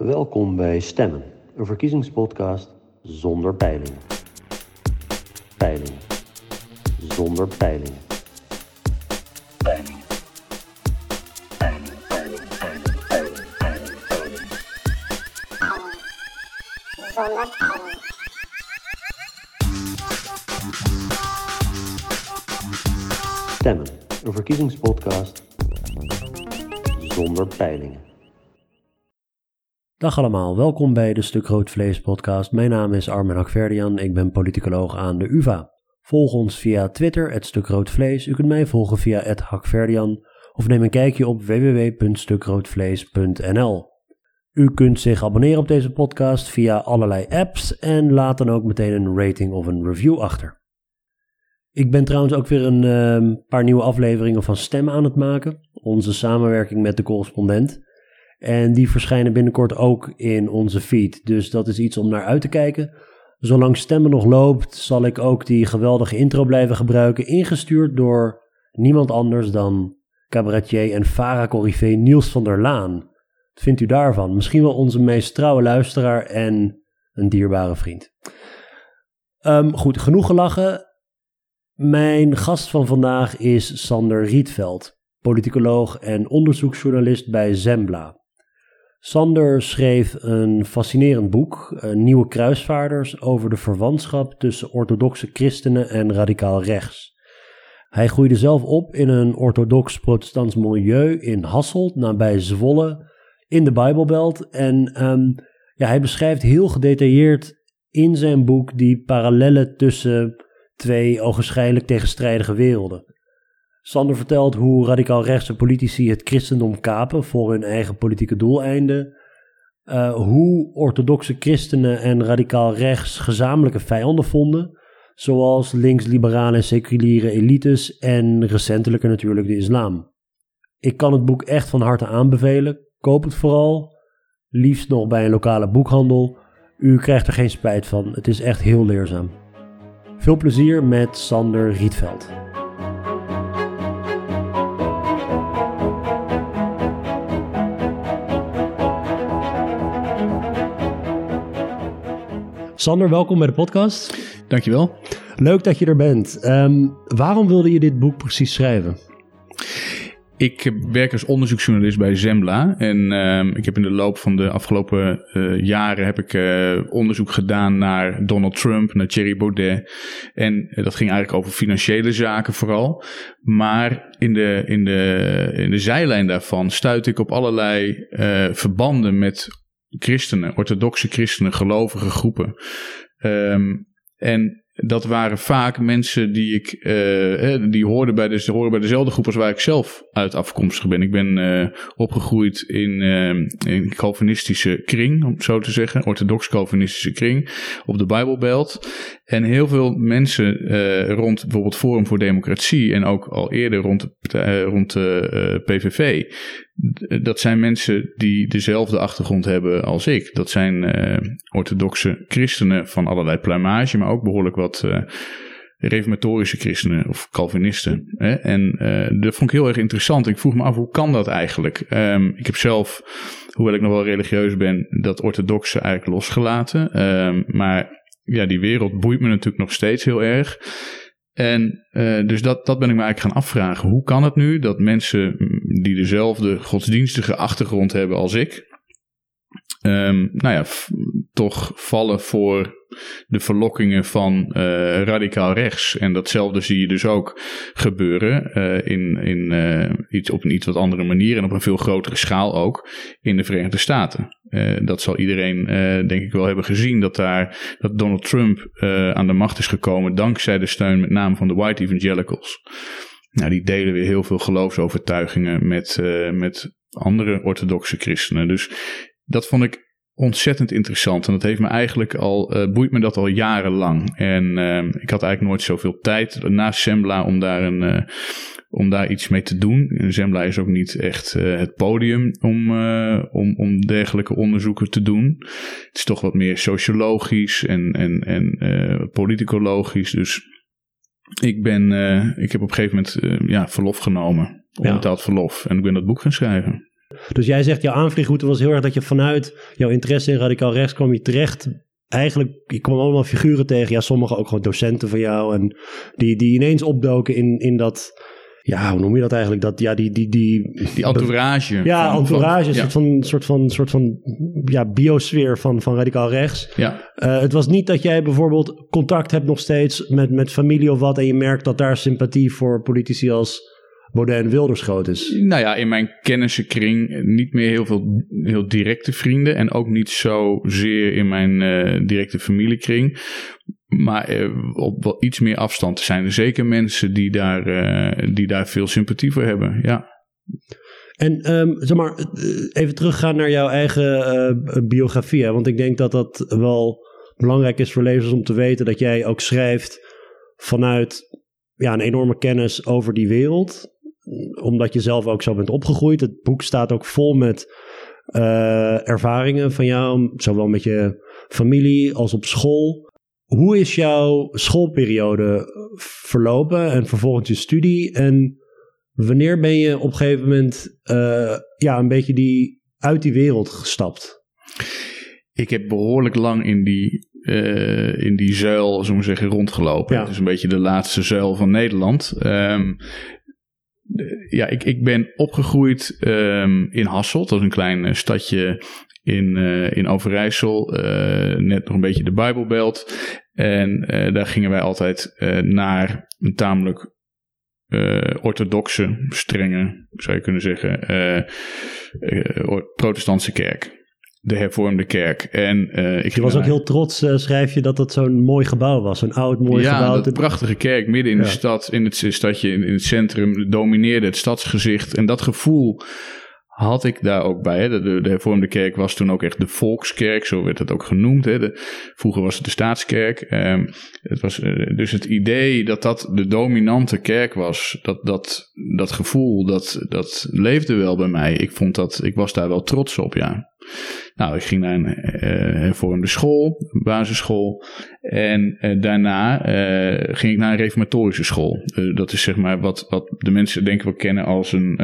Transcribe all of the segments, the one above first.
Welkom bij Stemmen, een verkiezingspodcast zonder peilingen. Peilingen. Zonder peilingen. Peilingen. Zonder peilingen. Stemmen, een verkiezingspodcast zonder peilingen. Dag allemaal, welkom bij de Stuk Rood Vlees podcast. Mijn naam is Armen Hakverdian, ik ben politicoloog aan de UvA. Volg ons via Twitter, @stukroodvlees. U kunt mij volgen via @hakverdian of neem een kijkje op www.stukroodvlees.nl. U kunt zich abonneren op deze podcast via allerlei apps en laat dan ook meteen een rating of een review achter. Ik ben trouwens ook weer een paar nieuwe afleveringen van Stem aan het maken, onze samenwerking met de correspondent. En die verschijnen binnenkort ook in onze feed, dus dat is iets om naar uit te kijken. Zolang Stemmen nog loopt, zal ik ook die geweldige intro blijven gebruiken, ingestuurd door niemand anders dan cabaretier en Vara-corrivé Niels van der Laan. Wat vindt u daarvan? Misschien wel onze meest trouwe luisteraar en een dierbare vriend. Goed, genoeg gelachen. Mijn gast van vandaag is Sander Rietveld, politicoloog en onderzoeksjournalist bij Zembla. Sander schreef een fascinerend boek, Nieuwe Kruisvaarders, over de verwantschap tussen orthodoxe christenen en radicaal rechts. Hij groeide zelf op in een orthodox-protestants milieu in Hasselt, nabij Zwolle, in de Bijbelbelt. En hij beschrijft heel gedetailleerd in zijn boek die parallellen tussen twee ogenschijnlijk tegenstrijdige werelden. Sander vertelt hoe radicaal-rechtse politici het christendom kapen voor hun eigen politieke doeleinden. Hoe orthodoxe christenen en radicaal-rechts gezamenlijke vijanden vonden, zoals links-liberale en seculiere elites en recentelijker natuurlijk de islam. Ik kan het boek echt van harte aanbevelen. Koop het vooral, liefst nog bij een lokale boekhandel. U krijgt er geen spijt van, het is echt heel leerzaam. Veel plezier met Sander Rietveld. Sander, welkom bij de podcast. Dankjewel. Leuk dat je er bent. Waarom wilde je dit boek precies schrijven? Ik werk als onderzoeksjournalist bij Zembla en ik heb in de loop van de afgelopen jaren onderzoek gedaan naar Donald Trump, naar Thierry Baudet. En dat ging eigenlijk over financiële zaken vooral. Maar in de zijlijn daarvan stuitte ik op allerlei verbanden met christenen, orthodoxe christenen, gelovige groepen. En dat waren vaak mensen die horen bij dezelfde groep als waar ik zelf uit afkomstig ben. Ik ben opgegroeid in een Calvinistische kring, om het zo te zeggen, orthodox-Calvinistische kring op de Bijbelbelt. En heel veel mensen rond bijvoorbeeld Forum voor Democratie en ook al eerder rond de PVV. Dat zijn mensen die dezelfde achtergrond hebben als ik. Dat zijn orthodoxe christenen van allerlei pluimage, maar ook behoorlijk wat reformatorische christenen of Calvinisten. En dat vond ik heel erg interessant. Ik vroeg me af, hoe kan dat eigenlijk? Ik heb zelf, hoewel ik nog wel religieus ben, dat orthodoxe eigenlijk losgelaten. Maar ja, die wereld boeit me natuurlijk nog steeds heel erg. En dus dat ben ik me eigenlijk gaan afvragen. Hoe kan het nu dat mensen die dezelfde godsdienstige achtergrond hebben als ik, toch vallen voor de verlokkingen van radicaal rechts. En datzelfde zie je dus ook gebeuren op een iets wat andere manier en op een veel grotere schaal ook in de Verenigde Staten. Dat zal iedereen denk ik wel hebben gezien, dat Donald Trump aan de macht is gekomen dankzij de steun met name van de white evangelicals. Nou, die delen weer heel veel geloofsovertuigingen met andere orthodoxe christenen. Dus dat vond ik ontzettend interessant. En dat heeft me eigenlijk boeit me dat al jarenlang. En ik had eigenlijk nooit zoveel tijd naast Zembla om daar iets mee te doen. Zembla is ook niet echt het podium om dergelijke onderzoeken te doen. Het is toch wat meer sociologisch en politicologisch. Dus ik heb op een gegeven moment verlof genomen. Onbetaald verlof. En ik ben dat boek gaan schrijven. Dus jij zegt, jouw aanvliegroute was heel erg dat je vanuit jouw interesse in radicaal rechts kwam je terecht. Eigenlijk, je kwam allemaal figuren tegen. Ja, sommige ook gewoon docenten van jou. En die ineens opdoken in dat... Ja, hoe noem je dat eigenlijk? Dat, ja, die entourage. Ja, entourage. Een soort van biosfeer van radicaal rechts. Ja. Het was niet dat jij bijvoorbeeld contact hebt nog steeds met familie of wat. En je merkt dat daar sympathie voor politici als Baudet en Wilders groot is. Nou ja, in mijn kennissenkring niet meer heel directe vrienden. En ook niet zozeer in mijn directe familiekring. Maar op wel iets meer afstand zijn er zeker mensen die daar veel sympathie voor hebben, ja. En zeg maar, even teruggaan naar jouw eigen biografie. Hè? Want ik denk dat dat wel belangrijk is voor lezers om te weten dat jij ook schrijft vanuit een enorme kennis over die wereld. Omdat je zelf ook zo bent opgegroeid. Het boek staat ook vol met ervaringen van jou, zowel met je familie als op school. Hoe is jouw schoolperiode verlopen en vervolgens je studie? En wanneer ben je op een gegeven moment een beetje uit die wereld gestapt? Ik heb behoorlijk lang in die zuil, zullen we zeggen, rondgelopen. Ja. Het is een beetje de laatste zuil van Nederland. Ik ben opgegroeid in Hasselt. Dat is een klein stadje in Overijssel, net nog een beetje de Bijbelbelt. En daar gingen wij altijd naar een tamelijk orthodoxe, strenge, zou je kunnen zeggen, protestantse kerk. De hervormde kerk. En je was ook heel trots, schrijf je, dat zo'n mooi gebouw was. Zo'n oud mooi gebouw. Ja, dat prachtige kerk midden in de stad, in het stadje, in het centrum, domineerde het stadsgezicht. En dat gevoel had ik daar ook bij. Hè. De hervormde kerk was toen ook echt de volkskerk, zo werd het ook genoemd. Hè. Vroeger was het de staatskerk. Het was dus het idee dat de dominante kerk was, dat gevoel, dat leefde wel bij mij. Ik was daar wel trots op, ja. Nou, ik ging naar een hervormde school, een basisschool. En daarna ging ik naar een reformatorische school. Dat is zeg maar wat de mensen denk ik wel kennen als een...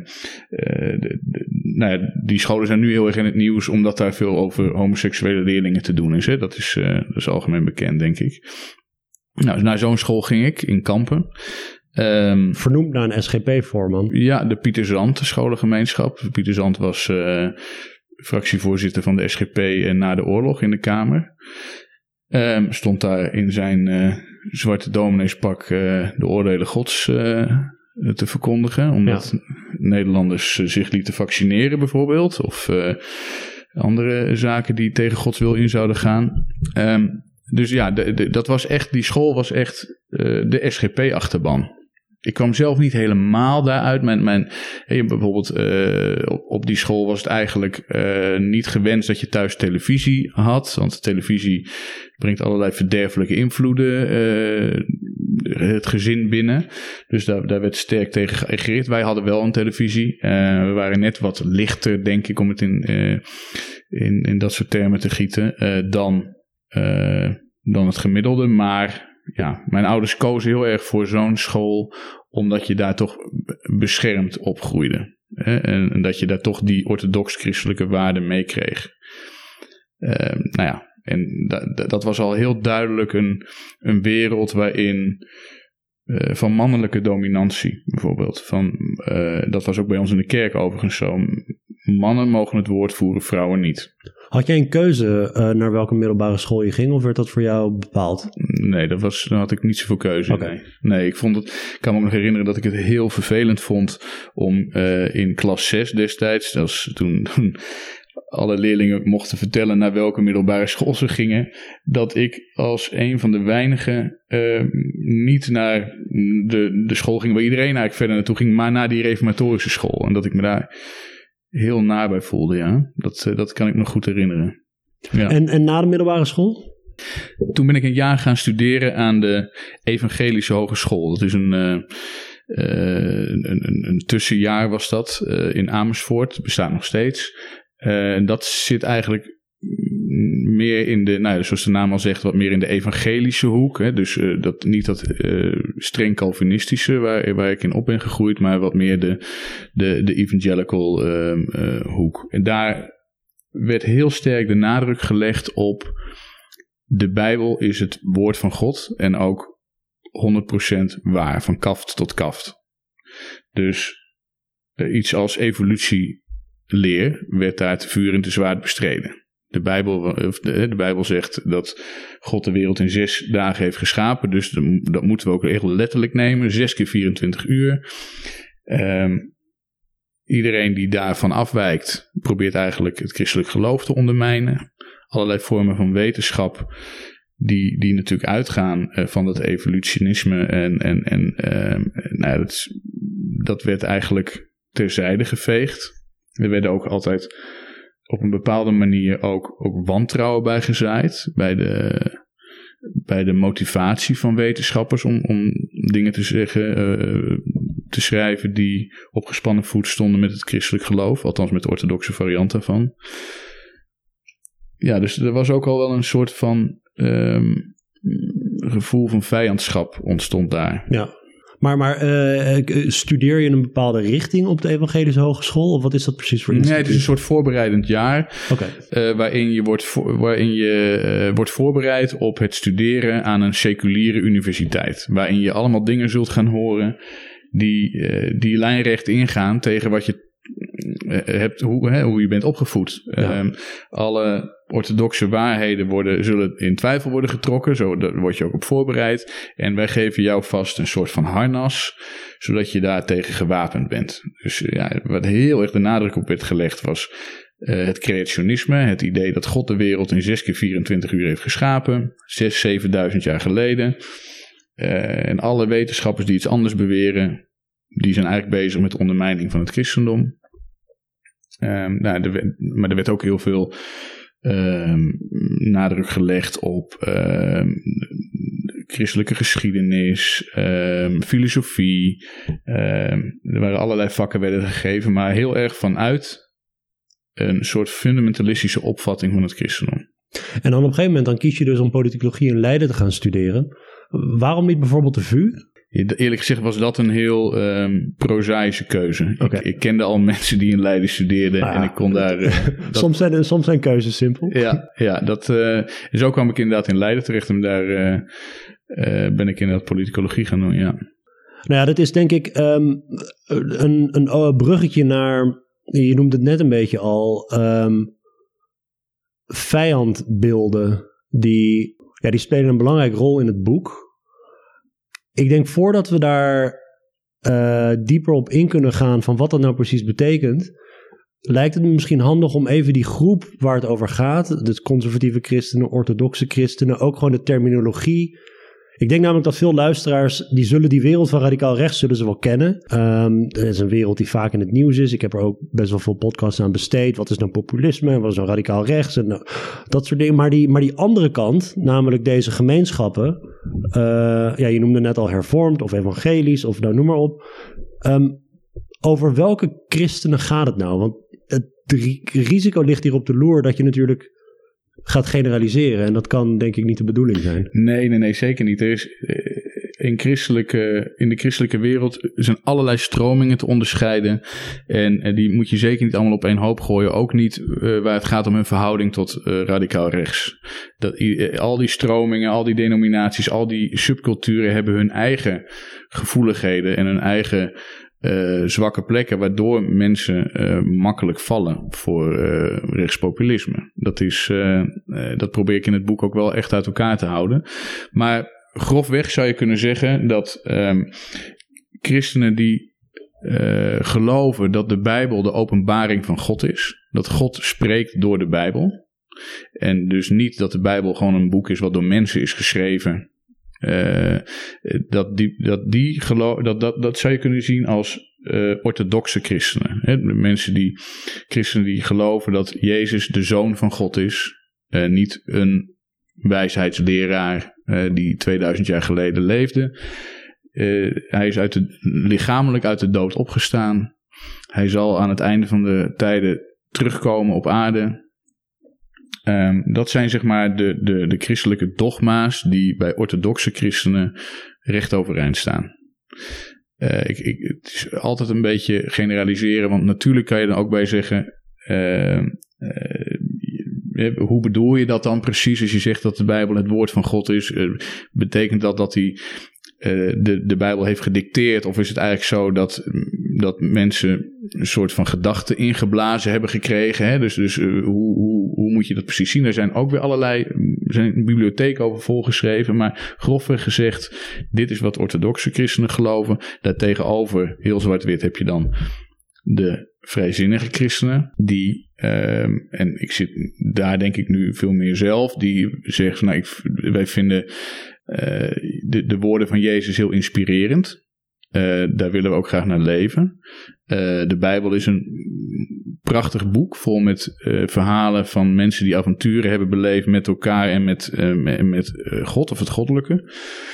die scholen zijn nu heel erg in het nieuws, omdat daar veel over homoseksuele leerlingen te doen is. Hè? Dat is algemeen bekend, denk ik. Nou, naar zo'n school ging ik in Kampen. Vernoemd naar een SGP-voorman. Ja, de Pieter Zand, de scholengemeenschap. Pieter Zand was fractievoorzitter van de SGP na de oorlog in de Kamer. Stond daar in zijn zwarte domineespak de oordelen Gods te verkondigen. Omdat Nederlanders zich lieten vaccineren bijvoorbeeld. Of andere zaken die tegen Gods wil in zouden gaan. Dus ja, dat was echt, die school was echt de SGP-achterban. Ik kwam zelf niet helemaal daaruit. Bijvoorbeeld op die school was het eigenlijk niet gewenst dat je thuis televisie had. Want televisie brengt allerlei verderfelijke invloeden het gezin binnen. Dus daar werd sterk tegen geageerd. Wij hadden wel een televisie. We waren net wat lichter, denk ik, om het in dat soort termen te gieten, dan het gemiddelde. Maar ja, mijn ouders kozen heel erg voor zo'n school, omdat je daar toch beschermd opgroeide. En dat je daar toch die orthodox-christelijke waarden meekreeg. En dat was al heel duidelijk een wereld waarin van mannelijke dominantie bijvoorbeeld. Dat was ook bij ons in de kerk overigens zo. Mannen mogen het woord voeren, vrouwen niet. Had jij een keuze naar welke middelbare school je ging, of werd dat voor jou bepaald? Nee, daar had ik niet zoveel keuze. Okay. Nee, ik kan me nog herinneren dat ik het heel vervelend vond om in klas 6 destijds, dat was toen alle leerlingen mochten vertellen naar welke middelbare school ze gingen, dat ik als een van de weinigen niet naar de school ging waar iedereen eigenlijk verder naartoe ging, maar naar die reformatorische school. En dat ik me daar heel naar bij voelde, ja. Dat kan ik me goed herinneren. Ja. En na de middelbare school? Toen ben ik een jaar gaan studeren aan de Evangelische Hogeschool. Dat is een tussenjaar was dat in Amersfoort. Bestaat nog steeds. Dat zit eigenlijk meer in de, zoals de naam al zegt, wat meer in de evangelische hoek. Hè? Dus niet dat streng Calvinistische waar ik in op ben gegroeid, maar wat meer de evangelical hoek. En daar werd heel sterk de nadruk gelegd op de Bijbel is het woord van God en ook 100% waar, van kaft tot kaft. Dus iets als evolutieleer werd daar te vuur en te zwaard bestreden. De Bijbel zegt dat God de wereld in 6 dagen heeft geschapen, dus dat moeten we ook echt letterlijk nemen, 6 keer 24 uur. Iedereen die daarvan afwijkt, probeert eigenlijk het christelijk geloof te ondermijnen. Allerlei vormen van wetenschap die natuurlijk uitgaan van dat evolutionisme dat werd eigenlijk terzijde geveegd. Er werden ook altijd op een bepaalde manier ook wantrouwen bij gezaaid bij de motivatie van wetenschappers om dingen te zeggen, te schrijven die op gespannen voet stonden met het christelijk geloof, althans met de orthodoxe variant daarvan. Ja, dus er was ook al wel een soort van gevoel van vijandschap ontstond daar. Ja. Maar studeer je in een bepaalde richting op de Evangelische Hogeschool? Of wat is dat precies voor instituut? Nee, het is een soort voorbereidend jaar. Okay. Waarin je wordt voorbereid op het studeren aan een seculiere universiteit. Waarin je allemaal dingen zult gaan horen die lijnrecht ingaan tegen wat je hebt, hoe je bent opgevoed. Ja. Alle orthodoxe waarheden zullen in twijfel worden getrokken. Zo daar word je ook op voorbereid. En wij geven jou vast een soort van harnas, zodat je daar tegen gewapend bent. Dus wat heel erg de nadruk op werd gelegd was het creationisme. Het idee dat God de wereld in 6 keer 24 uur heeft geschapen. 7.000 jaar geleden. En alle wetenschappers die iets anders beweren, die zijn eigenlijk bezig met de ondermijning van het christendom. Maar er werd ook heel veel nadruk gelegd op christelijke geschiedenis, filosofie. Er waren allerlei vakken werden gegeven, maar heel erg vanuit een soort fundamentalistische opvatting van het christendom. En dan op een gegeven moment dan kies je dus om politicologie in Leiden te gaan studeren. Waarom niet bijvoorbeeld de VU? Eerlijk gezegd was dat een heel prozaïsche keuze. Okay. Ik kende al mensen die in Leiden studeerden en ik kon daar... Soms zijn keuzes simpel. Ja, dat is ook kwam ik inderdaad in Leiden terecht en daar ben ik inderdaad politicologie gaan doen, ja. Nou ja, dat is denk ik een bruggetje naar, je noemde het net een beetje al, vijandbeelden die spelen een belangrijke rol in het boek. Ik denk voordat we daar dieper op in kunnen gaan van wat dat nou precies betekent, lijkt het me misschien handig om even die groep waar het over gaat, dus conservatieve christenen, orthodoxe christenen, ook gewoon de terminologie. Ik denk namelijk dat veel luisteraars, die zullen die wereld van radicaal rechts zullen ze wel kennen. Het is een wereld die vaak in het nieuws is. Ik heb er ook best wel veel podcasts aan besteed. Wat is nou populisme en wat is nou radicaal rechts en dat soort dingen. Maar die andere kant, namelijk deze gemeenschappen, je noemde net al hervormd of evangelisch of nou noem maar op. Over welke christenen gaat het nou? Want het risico ligt hier op de loer dat je natuurlijk gaat generaliseren. En dat kan denk ik niet de bedoeling zijn. Nee, zeker niet. Er is in de christelijke wereld zijn allerlei stromingen te onderscheiden. En die moet je zeker niet allemaal op één hoop gooien. Ook niet waar het gaat om hun verhouding tot radicaal rechts. Al die stromingen, al die denominaties, al die subculturen hebben hun eigen gevoeligheden en hun eigen zwakke plekken, waardoor mensen makkelijk vallen voor rechtspopulisme. Dat probeer ik in het boek ook wel echt uit elkaar te houden. Maar grofweg zou je kunnen zeggen dat christenen die geloven dat de Bijbel de openbaring van God is, dat God spreekt door de Bijbel, en dus niet dat de Bijbel gewoon een boek is wat door mensen is geschreven, dat zou je kunnen zien als orthodoxe christenen. Hè? Christenen die geloven dat Jezus de Zoon van God is. Niet een wijsheidsleraar die 2000 jaar geleden leefde. Hij is lichamelijk uit de dood opgestaan. Hij zal aan het einde van de tijden terugkomen op aarde. Dat zijn zeg maar de christelijke dogma's die bij orthodoxe christenen recht overeind staan. Het is altijd een beetje generaliseren, want natuurlijk kan je er ook bij zeggen, hoe bedoel je dat dan precies als je zegt dat de Bijbel het woord van God is? Betekent dat hij de Bijbel heeft gedicteerd, of is het eigenlijk zo dat mensen een soort van gedachte ingeblazen hebben gekregen? Hè? Dus hoe moet je dat precies zien? Er zijn ook weer een bibliotheek over volgeschreven, maar grofweg gezegd, dit is wat orthodoxe christenen geloven. Daartegenover, heel zwart-wit, heb je dan de vrijzinnige christenen, die, en ik zit daar denk ik nu veel meer zelf, die zeggen, wij vinden de woorden van Jezus heel inspirerend. Daar willen we ook graag naar leven. De Bijbel is een prachtig boek vol met verhalen van mensen die avonturen hebben beleefd met elkaar en met God of het goddelijke.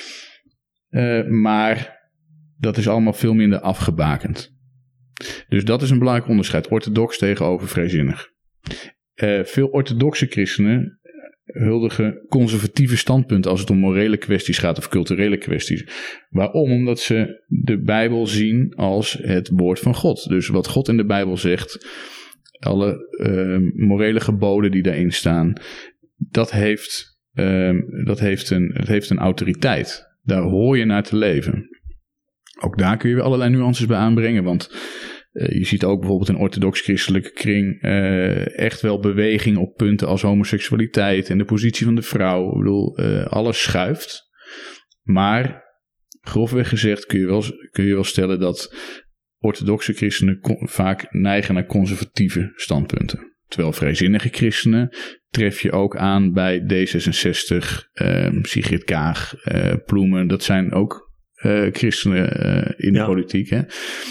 Maar dat is allemaal veel minder afgebakend. Dus dat is een belangrijk onderscheid. Orthodox tegenover vrijzinnig. Veel orthodoxe christenen huldigen conservatieve standpunten als het om morele kwesties gaat of culturele kwesties. Waarom? Omdat ze de Bijbel zien als het woord van God. Dus wat God in de Bijbel zegt, alle morele geboden die daarin staan, dat heeft een autoriteit. Daar hoor je naar te leven. Ook daar kun je weer allerlei nuances bij aanbrengen, want je ziet ook bijvoorbeeld in orthodox-christelijke kring echt wel beweging op punten als homoseksualiteit en de positie van de vrouw. Ik bedoel, alles schuift. Maar grofweg gezegd kun je wel stellen dat orthodoxe christenen vaak neigen naar conservatieve standpunten. Terwijl vrijzinnige christenen tref je ook aan bij D66, Sigrid Kaag, Ploemen. Dat zijn ook christenen in de politiek. Hè?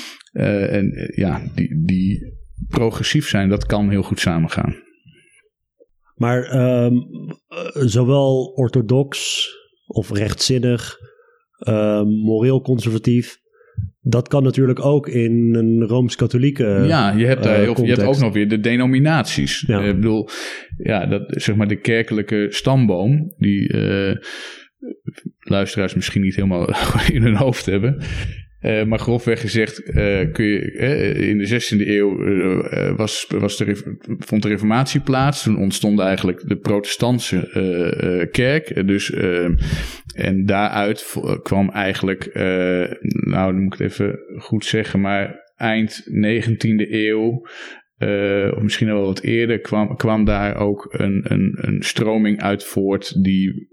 Die progressief zijn, dat kan heel goed samengaan. Maar zowel orthodox of rechtzinnig, moreel conservatief, dat kan natuurlijk ook in een Rooms-katholieke je hebt ook nog weer de denominaties. Ja. Ik bedoel, dat, zeg maar de kerkelijke stamboom, die luisteraars misschien niet helemaal in hun hoofd hebben. Maar grofweg gezegd kun je in de 16e eeuw vond de reformatie plaats. Toen ontstond eigenlijk de protestantse kerk. Dus, en daaruit kwam eigenlijk, dan moet ik het even goed zeggen, maar eind 19e eeuw, of misschien al wel wat eerder, kwam daar ook een stroming uit voort die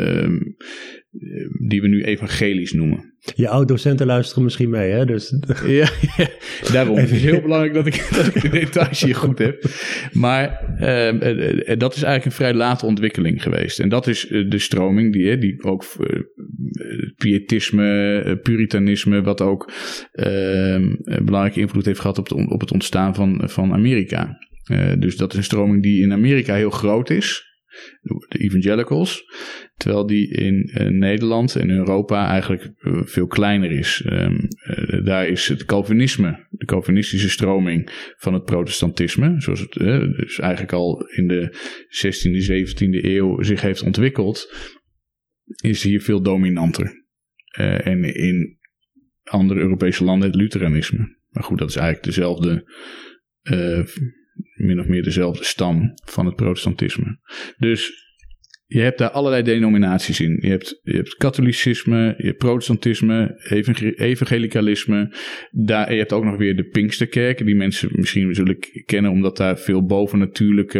we nu evangelisch noemen. Je oud-docenten luisteren misschien mee, hè? Dus... Ja, daarom. Het is heel belangrijk dat ik de details hier goed heb. Maar dat is eigenlijk een vrij late ontwikkeling geweest. En dat is de stroming die ook pietisme, puritanisme, wat ook een belangrijke invloed heeft gehad op het ontstaan van Amerika. Dus dat is een stroming die in Amerika heel groot is. De evangelicals, terwijl die in Nederland en Europa eigenlijk veel kleiner is. Daar is het Calvinisme, de Calvinistische stroming van het protestantisme, zoals het dus eigenlijk al in de 16e, 17e eeuw zich heeft ontwikkeld, is hier veel dominanter. En in andere Europese landen het Lutheranisme. Maar goed, dat is eigenlijk dezelfde min of meer dezelfde stam van het protestantisme. Dus je hebt daar allerlei denominaties in. Je hebt katholicisme, je hebt protestantisme, evangelicalisme. Je hebt ook nog weer de Pinksterkerken, die mensen misschien zullen kennen, omdat daar veel bovennatuurlijke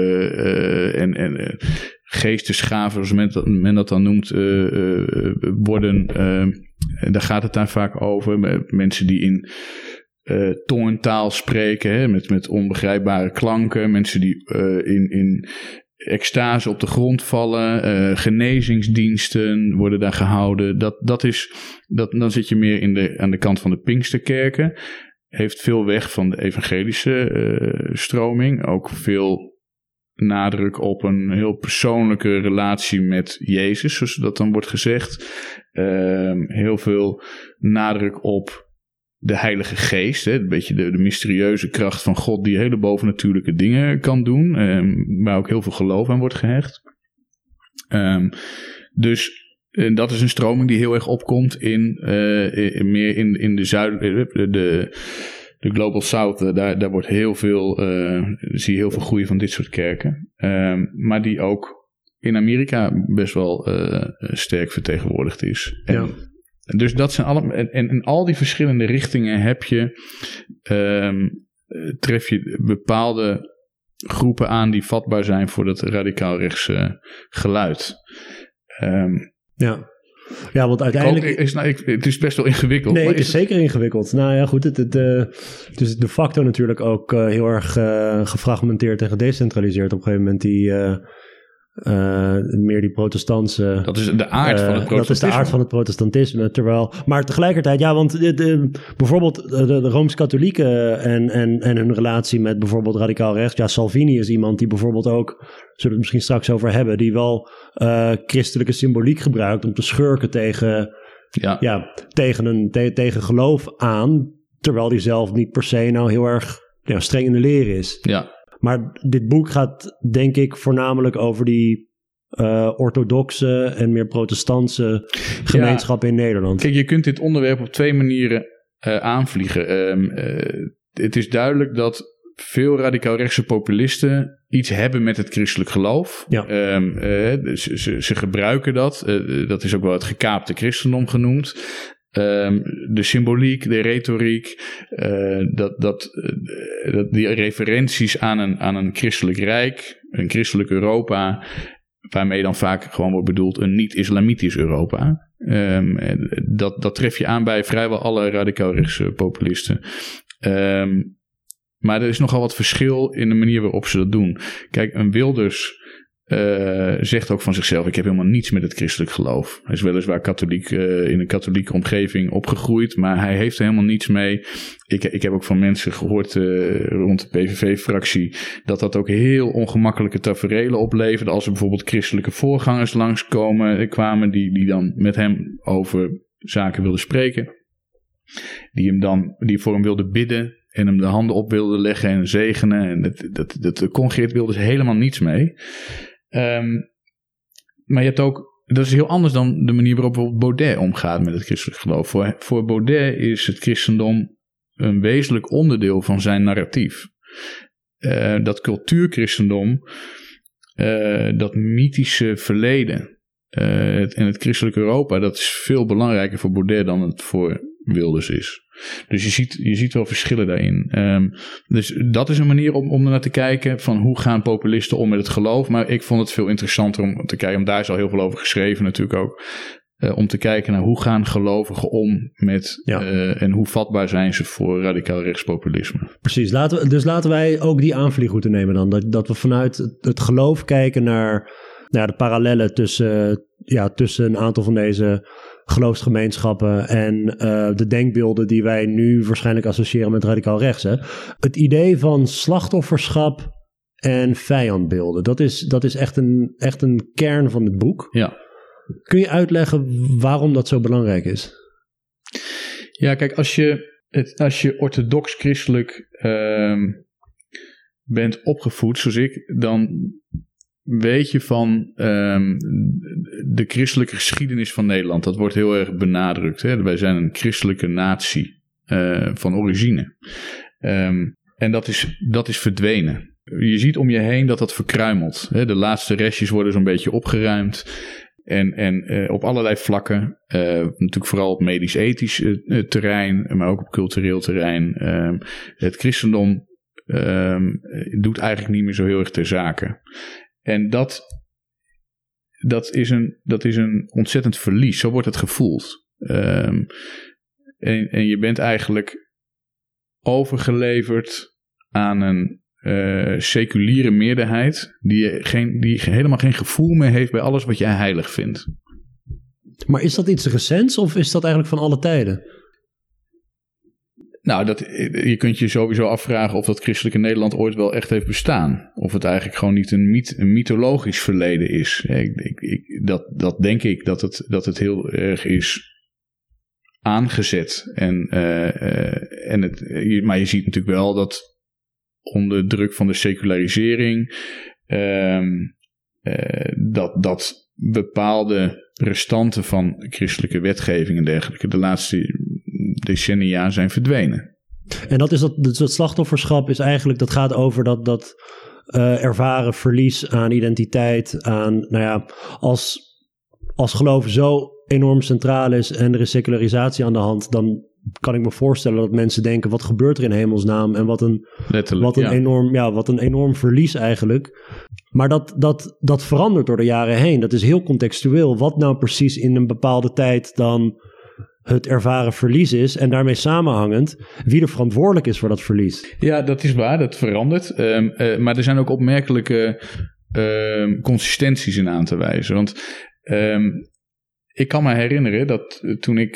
en geestesgaven, zoals men dat dan noemt, worden. Daar gaat het daar vaak over. Mensen die in tongentaal spreken, hè, met onbegrijpbare klanken. Mensen die in extase op de grond vallen. Genezingsdiensten worden daar gehouden. Dan zit je meer aan de kant van de Pinksterkerken. Heeft veel weg van de evangelische stroming. Ook veel nadruk op een heel persoonlijke relatie met Jezus, zoals dat dan wordt gezegd. Heel veel nadruk op de Heilige Geest, een beetje de mysterieuze kracht van God die hele bovennatuurlijke dingen kan doen, waar ook heel veel geloof aan wordt gehecht. Dus dat is een stroming die heel erg opkomt meer in de Global South. Daar wordt heel veel, zie je heel veel groei van dit soort kerken. Maar die ook in Amerika best wel sterk vertegenwoordigd is. Ja. Dus dat zijn allemaal. En in al die verschillende richtingen tref je bepaalde groepen aan die vatbaar zijn voor dat radicaal rechtse geluid. Ja, want uiteindelijk... Het is best wel ingewikkeld. Nee, het is zeker ingewikkeld. Nou ja, goed, het is de facto natuurlijk ook heel erg gefragmenteerd en gedecentraliseerd. Op een gegeven moment meer die protestantse... Dat is de aard van het protestantisme. Dat is de aard van het protestantisme. Maar tegelijkertijd, ja, want bijvoorbeeld de Rooms-Katholieken en hun relatie met bijvoorbeeld radicaal rechts. Ja, Salvini is iemand die bijvoorbeeld ook, zullen we het misschien straks over hebben, die wel christelijke symboliek gebruikt om te schurken tegen geloof aan, terwijl die zelf niet per se nou heel erg streng in de leer is. Ja. Maar dit boek gaat, denk ik, voornamelijk over die orthodoxe en meer protestantse gemeenschappen in Nederland. Kijk, je kunt dit onderwerp op 2 manieren aanvliegen. Het is duidelijk dat veel radicaal rechtse populisten iets hebben met het christelijk geloof. Ja. Ze gebruiken dat. Dat is ook wel het gekaapte christendom genoemd. De symboliek, de retoriek, die referenties aan een christelijk rijk, een christelijk Europa, waarmee dan vaak gewoon wordt bedoeld een niet-islamitisch Europa. Dat tref je aan bij vrijwel alle radicaal-rechtse populisten. Maar er is nogal wat verschil in de manier waarop ze dat doen. Kijk, een Wilders zegt ook van zichzelf, ik heb helemaal niets met het christelijk geloof. Hij is weliswaar katholiek, in een katholieke omgeving opgegroeid, maar hij heeft er helemaal niets mee. Ik heb ook van mensen gehoord rond de PVV-fractie dat ook heel ongemakkelijke taferelen opleverde als er bijvoorbeeld christelijke voorgangers kwamen die dan met hem over zaken wilden spreken. Die voor hem wilden bidden en hem de handen op wilden leggen en zegenen. En dat kon Geert Wilders helemaal niets mee. Maar je hebt ook, dat is heel anders dan de manier waarop bijvoorbeeld Baudet omgaat met het christelijk geloof. Voor Baudet is het christendom een wezenlijk onderdeel van zijn narratief. Dat cultuurchristendom, dat mythische verleden en het christelijk Europa, dat is veel belangrijker voor Baudet dan het voor Wilders is. Dus je ziet wel verschillen daarin. Dus dat is een manier om naar te kijken van hoe gaan populisten om met het geloof. Maar ik vond het veel interessanter om te kijken, daar is al heel veel over geschreven natuurlijk ook, om te kijken naar hoe gaan gelovigen om met en hoe vatbaar zijn ze voor radicaal rechtspopulisme. Precies, laten wij ook die aanvliegroute nemen dan. Dat we vanuit het geloof kijken naar de parallellen tussen een aantal van deze geloofsgemeenschappen en de denkbeelden die wij nu waarschijnlijk associëren met radicaal rechts. Hè? Het idee van slachtofferschap en vijandbeelden, dat is echt een kern van het boek. Ja. Kun je uitleggen waarom dat zo belangrijk is? Ja, kijk, als je orthodox christelijk bent opgevoed, zoals ik, dan weet je van de christelijke geschiedenis van Nederland. Dat wordt heel erg benadrukt. Hè? Wij zijn een christelijke natie van origine. En dat is verdwenen. Je ziet om je heen dat verkruimelt. Hè? De laatste restjes worden zo'n beetje opgeruimd. En op allerlei vlakken. Natuurlijk vooral op medisch-ethisch terrein, maar ook op cultureel terrein. Het christendom doet eigenlijk niet meer zo heel erg ter zake. En dat is een ontzettend verlies. Zo wordt het gevoeld. En je bent eigenlijk overgeleverd aan een seculiere meerderheid die helemaal geen gevoel meer heeft bij alles wat jij heilig vindt. Maar is dat iets recents of is dat eigenlijk van alle tijden? Nou, je kunt je sowieso afvragen of dat christelijke Nederland ooit wel echt heeft bestaan. Of het eigenlijk gewoon niet een mythologisch verleden is. Dat denk ik, dat het heel erg is aangezet. Maar je ziet natuurlijk wel dat onder druk van de secularisering dat bepaalde restanten van christelijke wetgeving en dergelijke de laatste decennia zijn verdwenen. En dat slachtofferschap is eigenlijk, dat gaat over dat ervaren verlies aan identiteit, aan, als geloof zo enorm centraal is en er is secularisatie aan de hand, dan kan ik me voorstellen dat mensen denken, wat gebeurt er in hemelsnaam? En wat een enorm verlies eigenlijk. Maar dat verandert door de jaren heen. Dat is heel contextueel. Wat nou precies in een bepaalde tijd dan het ervaren verlies is en daarmee samenhangend wie er verantwoordelijk is voor dat verlies. Ja, dat is waar. Dat verandert. Maar er zijn ook opmerkelijke consistenties in aan te wijzen. Want ik kan me herinneren dat toen ik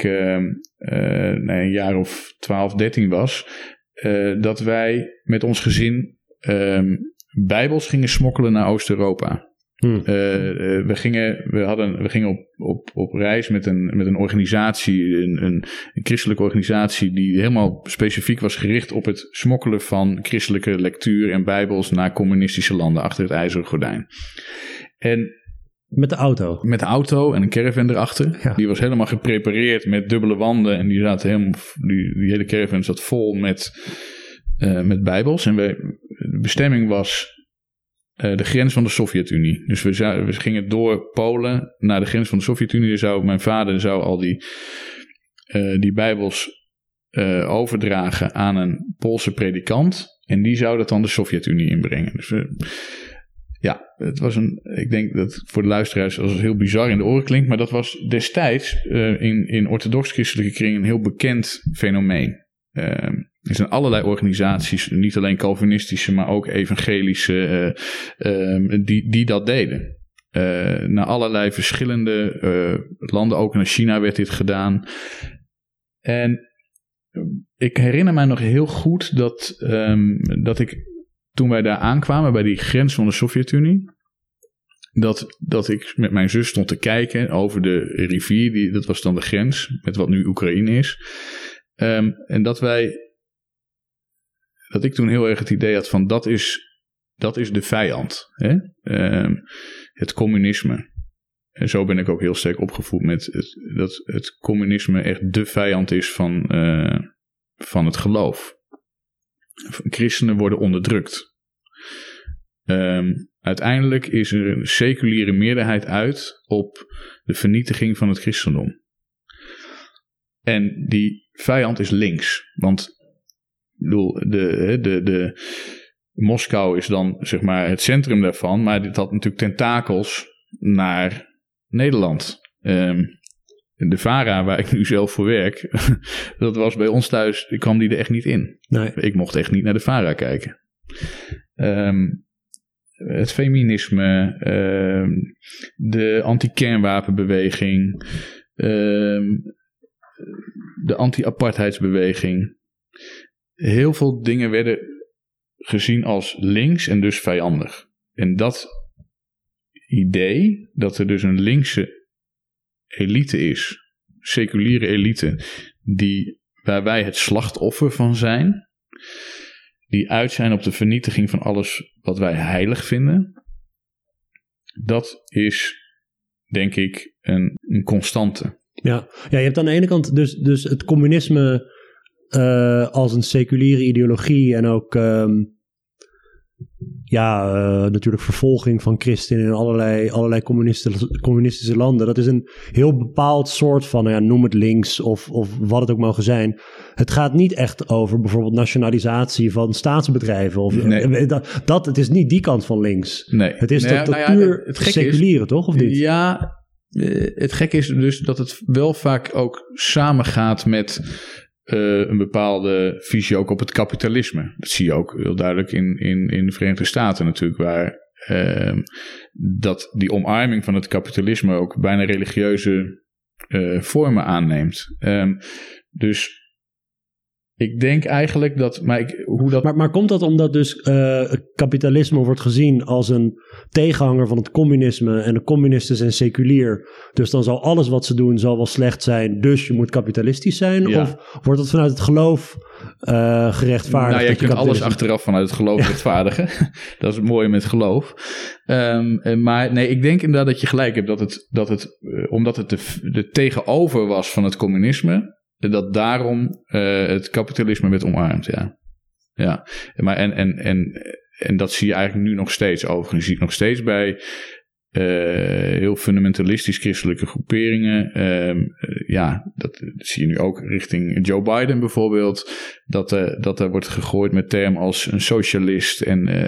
een jaar of 12, 13 was, dat wij met ons gezin Bijbels gingen smokkelen naar Oost-Europa. We gingen op reis met een organisatie, een christelijke organisatie die helemaal specifiek was gericht op het smokkelen van christelijke lectuur en Bijbels naar communistische landen achter het ijzeren gordijn. En met de auto? Met de auto en een caravan erachter. Ja. Die was helemaal geprepareerd met dubbele wanden. En die hele caravan zat vol met Bijbels. En de bestemming was de grens van de Sovjet-Unie. Dus we gingen door Polen naar de grens van de Sovjet-Unie. Mijn vader zou al die Bijbels overdragen aan een Poolse predikant. En die zou dat dan de Sovjet-Unie inbrengen. Dus ja, het was ik denk dat voor de luisteraars als het heel bizar in de oren klinkt, maar dat was destijds in orthodox-christelijke kringen een heel bekend fenomeen. Er zijn allerlei organisaties, niet alleen Calvinistische, maar ook evangelische, die dat deden. Naar allerlei verschillende landen, ook naar China werd dit gedaan. En ik herinner mij nog heel goed dat ik, toen wij daar aankwamen bij die grens van de Sovjet-Unie, dat ik met mijn zus stond te kijken over de rivier, dat was dan de grens met wat nu Oekraïne is. En dat ik toen heel erg het idee had van dat is de vijand. Hè? Het communisme. En zo ben ik ook heel sterk opgevoed met dat het communisme echt de vijand is van het geloof. Christenen worden onderdrukt. Uiteindelijk is er een seculiere meerderheid uit op de vernietiging van het christendom. En die vijand is links. Want de Moskou is dan zeg maar het centrum daarvan, maar dit had natuurlijk tentakels naar Nederland. De VARA, waar ik nu zelf voor werk, dat was bij ons thuis, kwam die er echt niet in. Nee. Ik mocht echt niet naar de VARA kijken. Het feminisme, de anti-kernwapenbeweging, de anti-apartheidsbeweging. Heel veel dingen werden gezien als links en dus vijandig. En dat idee dat er dus een linkse elite is, seculiere elite, waar wij het slachtoffer van zijn, die uit zijn op de vernietiging van alles wat wij heilig vinden, dat is, denk ik, een constante. Ja, je hebt aan de ene kant dus het communisme als een seculiere ideologie en ook natuurlijk vervolging van christenen in allerlei communistische landen. Dat is een heel bepaald soort van, noem het links of wat het ook mogen zijn. Het gaat niet echt over bijvoorbeeld nationalisatie van staatsbedrijven. Nee. Het is niet die kant van links. Nee. Het is puur het seculiere, toch? Of niet? Ja, het gekke is dus dat het wel vaak ook samengaat met een bepaalde visie ook op het kapitalisme. Dat zie je ook heel duidelijk in de Verenigde Staten natuurlijk, waar dat die omarming van het kapitalisme ook bijna religieuze vormen aanneemt. Dus Ik denk eigenlijk dat... Maar komt dat omdat dus kapitalisme wordt gezien als een tegenhanger van het communisme en de communisten zijn seculier, dus dan zal alles wat ze doen zal wel slecht zijn, dus je moet kapitalistisch zijn? Ja. Of wordt het vanuit het geloof gerechtvaardigd? Nou, je kunt alles achteraf vanuit het geloof rechtvaardigen. Dat is het mooie met geloof. Maar nee, ik denk inderdaad dat je gelijk hebt omdat het de tegenover was van het communisme, dat daarom het kapitalisme werd omarmd, ja. Maar en dat zie je eigenlijk nu nog steeds overigens. Je ziet nog steeds bij heel fundamentalistisch christelijke groeperingen. Dat zie je nu ook richting Joe Biden bijvoorbeeld. Dat er wordt gegooid met termen als een socialist.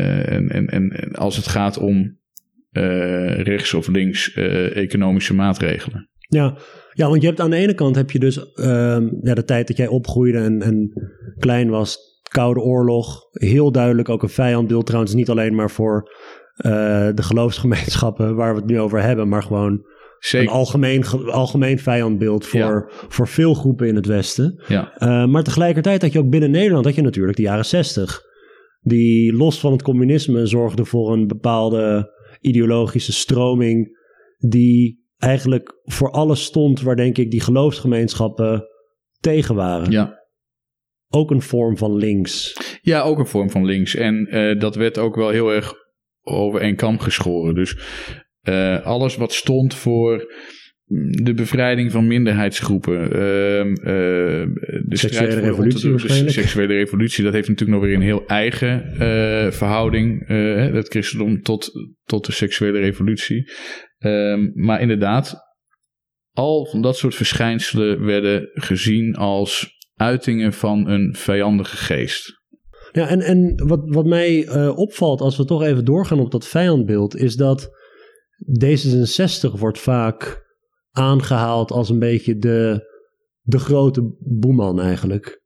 En als het gaat om rechts of links economische maatregelen. Ja, want je hebt aan de ene kant heb je dus de tijd dat jij opgroeide en klein was, Koude Oorlog, heel duidelijk ook een vijandbeeld, trouwens niet alleen maar voor de geloofsgemeenschappen waar we het nu over hebben, maar gewoon zeker een algemeen vijandbeeld voor veel groepen in het Westen. Ja. Maar tegelijkertijd had je ook binnen Nederland had je natuurlijk de jaren 60, die los van het communisme zorgden voor een bepaalde ideologische stroming die eigenlijk voor alles stond waar denk ik die geloofsgemeenschappen tegen waren. Ja. Ook een vorm van links. Ja, ook een vorm van links. En dat werd ook wel heel erg over één kam geschoren. Dus alles wat stond voor de bevrijding van minderheidsgroepen. De seksuele revolutie de seksuele revolutie, dat heeft natuurlijk nog weer een heel eigen verhouding. Het christendom tot de seksuele revolutie. Maar inderdaad, al van dat soort verschijnselen werden gezien als uitingen van een vijandige geest. Ja, en wat mij opvalt als we toch even doorgaan op dat vijandbeeld, is dat D66 wordt vaak aangehaald als een beetje de grote boeman eigenlijk.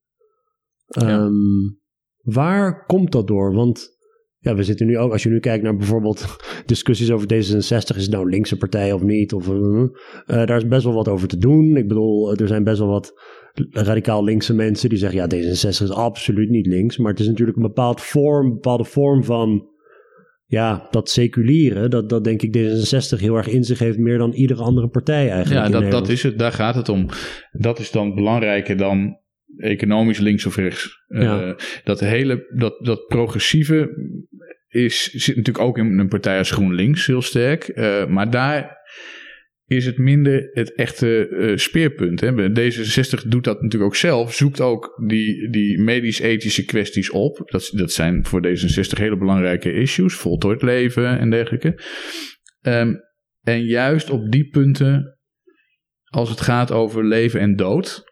Waar komt dat door? Want ja, we zitten nu ook, als je nu kijkt naar bijvoorbeeld discussies over D66, is het nou een linkse partij of niet? Of daar is best wel wat over te doen. Ik bedoel, er zijn best wel wat radicaal linkse mensen die zeggen, ja, D66 is absoluut niet links. Maar het is natuurlijk een bepaalde vorm van, ja, dat seculiere, dat denk ik D66 heel erg in zich heeft, meer dan iedere andere partij eigenlijk. Ja, dat is het, daar gaat het om. Dat is dan belangrijker dan economisch links of rechts. Ja. Dat progressieve zit natuurlijk ook in een partij als GroenLinks heel sterk. Maar daar is het minder het echte speerpunt. Hè. D66 doet dat natuurlijk ook zelf. Zoekt ook die medisch-ethische kwesties op. Dat zijn voor D66 hele belangrijke issues. Voltooid leven en dergelijke. En juist op die punten, als het gaat over leven en dood,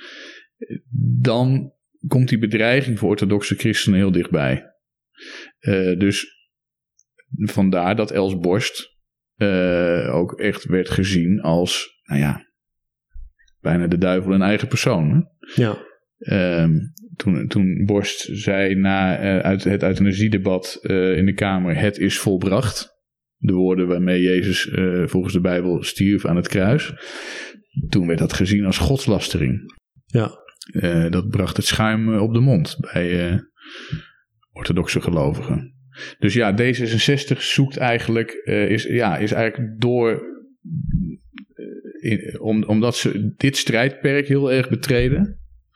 dan komt die bedreiging voor orthodoxe christenen heel dichtbij. Dus vandaar dat Els Borst ook echt werd gezien als, nou ja, bijna de duivel in eigen persoon. Hè? Ja. Toen Borst zei na het euthanasiedebat in de Kamer, het is volbracht. De woorden waarmee Jezus volgens de Bijbel stierf aan het kruis. Toen werd dat gezien als godslastering. Ja. Dat bracht het schuim op de mond bij orthodoxe gelovigen. Dus ja, D66 zoekt eigenlijk, is eigenlijk door, omdat ze dit strijdperk heel erg betreden,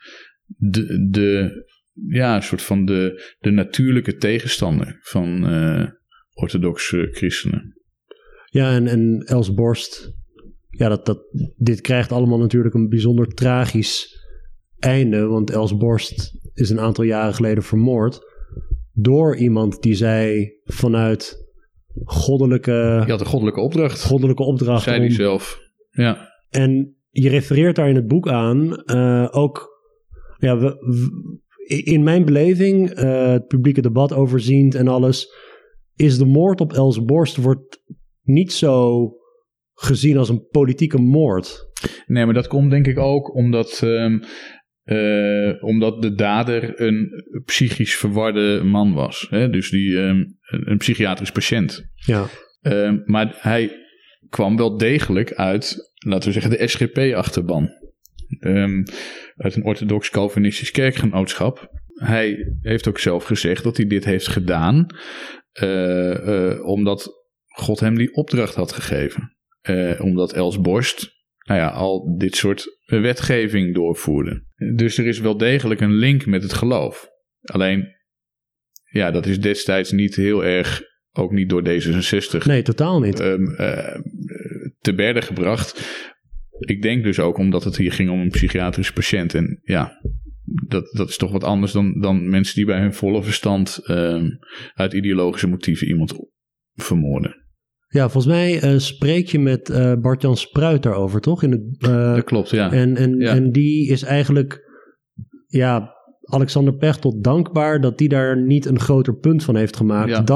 soort van de natuurlijke tegenstander van orthodoxe christenen. Ja, en Els Borst, ja, dit krijgt allemaal natuurlijk een bijzonder tragisch einde, want Els Borst is een aantal jaren geleden vermoord door iemand die zij vanuit goddelijke... Je had een goddelijke opdracht. Zei hij zelf, ja. En je refereert daar in het boek aan, ook, ja, in mijn beleving, het publieke debat overziend en alles, is de moord op Els Borst wordt niet zo gezien als een politieke moord. Nee, maar dat komt denk ik ook omdat de dader een psychisch verwarde man was. Hè? Dus een psychiatrisch patiënt. Ja. Maar hij kwam wel degelijk uit, laten we zeggen, de SGP-achterban. uit een orthodox Calvinistisch kerkgenootschap. Hij heeft ook zelf gezegd dat hij dit heeft gedaan omdat God hem die opdracht had gegeven. Omdat Els Borst al dit soort wetgeving doorvoerde. Dus er is wel degelijk een link met het geloof. Alleen, dat is destijds niet heel erg, ook niet door D66. Nee, totaal niet. Te berde gebracht. Ik denk dus ook omdat het hier ging om een psychiatrisch patiënt. En dat is toch wat anders dan mensen die bij hun volle verstand uit ideologische motieven iemand vermoorden. Ja, volgens mij spreek je met Bart-Jan Spruit daarover, toch? Dat klopt, ja. En die is eigenlijk, Alexander Pechtold dankbaar dat die daar niet een groter punt van heeft gemaakt. Ja.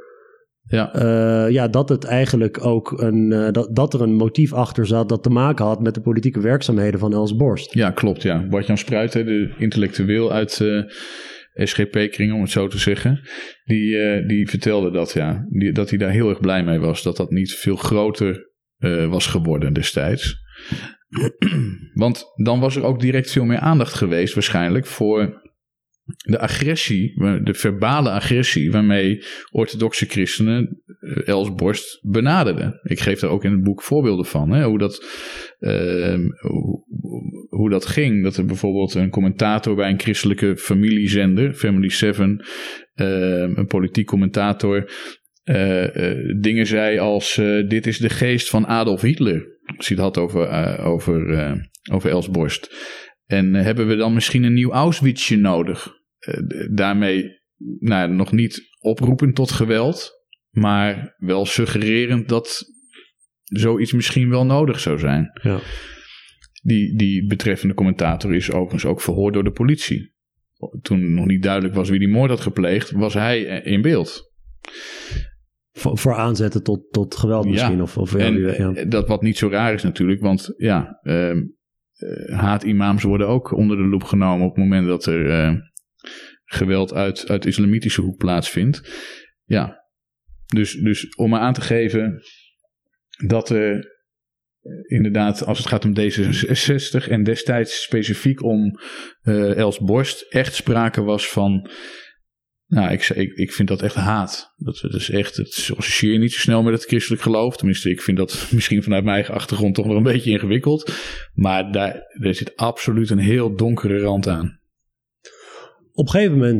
Dat het eigenlijk ook dat er een motief achter zat dat te maken had met de politieke werkzaamheden van Els Borst. Ja, klopt, ja. Bart-Jan Spruit, de intellectueel uit SGP-kring, om het zo te zeggen, die vertelde dat hij daar heel erg blij mee was. Dat niet veel groter was geworden destijds. Want dan was er ook direct veel meer aandacht geweest waarschijnlijk voor de agressie, de verbale agressie waarmee orthodoxe christenen Els Borst benaderden. Ik geef daar ook in het boek voorbeelden van, hoe dat ging. Dat er bijvoorbeeld een commentator bij een christelijke familiezender, Family 7, een politiek commentator, dingen zei als dit is de geest van Adolf Hitler. Als hij het had over Els Borst. En hebben we dan misschien een nieuw Auschwitzje nodig? Daarmee nog niet oproepend tot geweld, maar wel suggererend dat zoiets misschien wel nodig zou zijn. Ja. Die betreffende commentator is overigens ook verhoord door de politie. Toen nog niet duidelijk was wie die moord had gepleegd, was hij in beeld. Voor aanzetten tot geweld misschien? Dat wat niet zo raar is natuurlijk, want haatimams worden ook onder de loep genomen op het moment dat er geweld uit de islamitische hoek plaatsvindt. Ja, dus om maar aan te geven dat er inderdaad, als het gaat om D66 en destijds specifiek om Els Borst, echt sprake was van, ik vind dat echt haat. Dat is echt, het associeer je niet zo snel met het christelijk geloof. Tenminste, ik vind dat misschien vanuit mijn eigen achtergrond toch nog een beetje ingewikkeld. Maar daar zit absoluut een heel donkere rand aan. Op een gegeven moment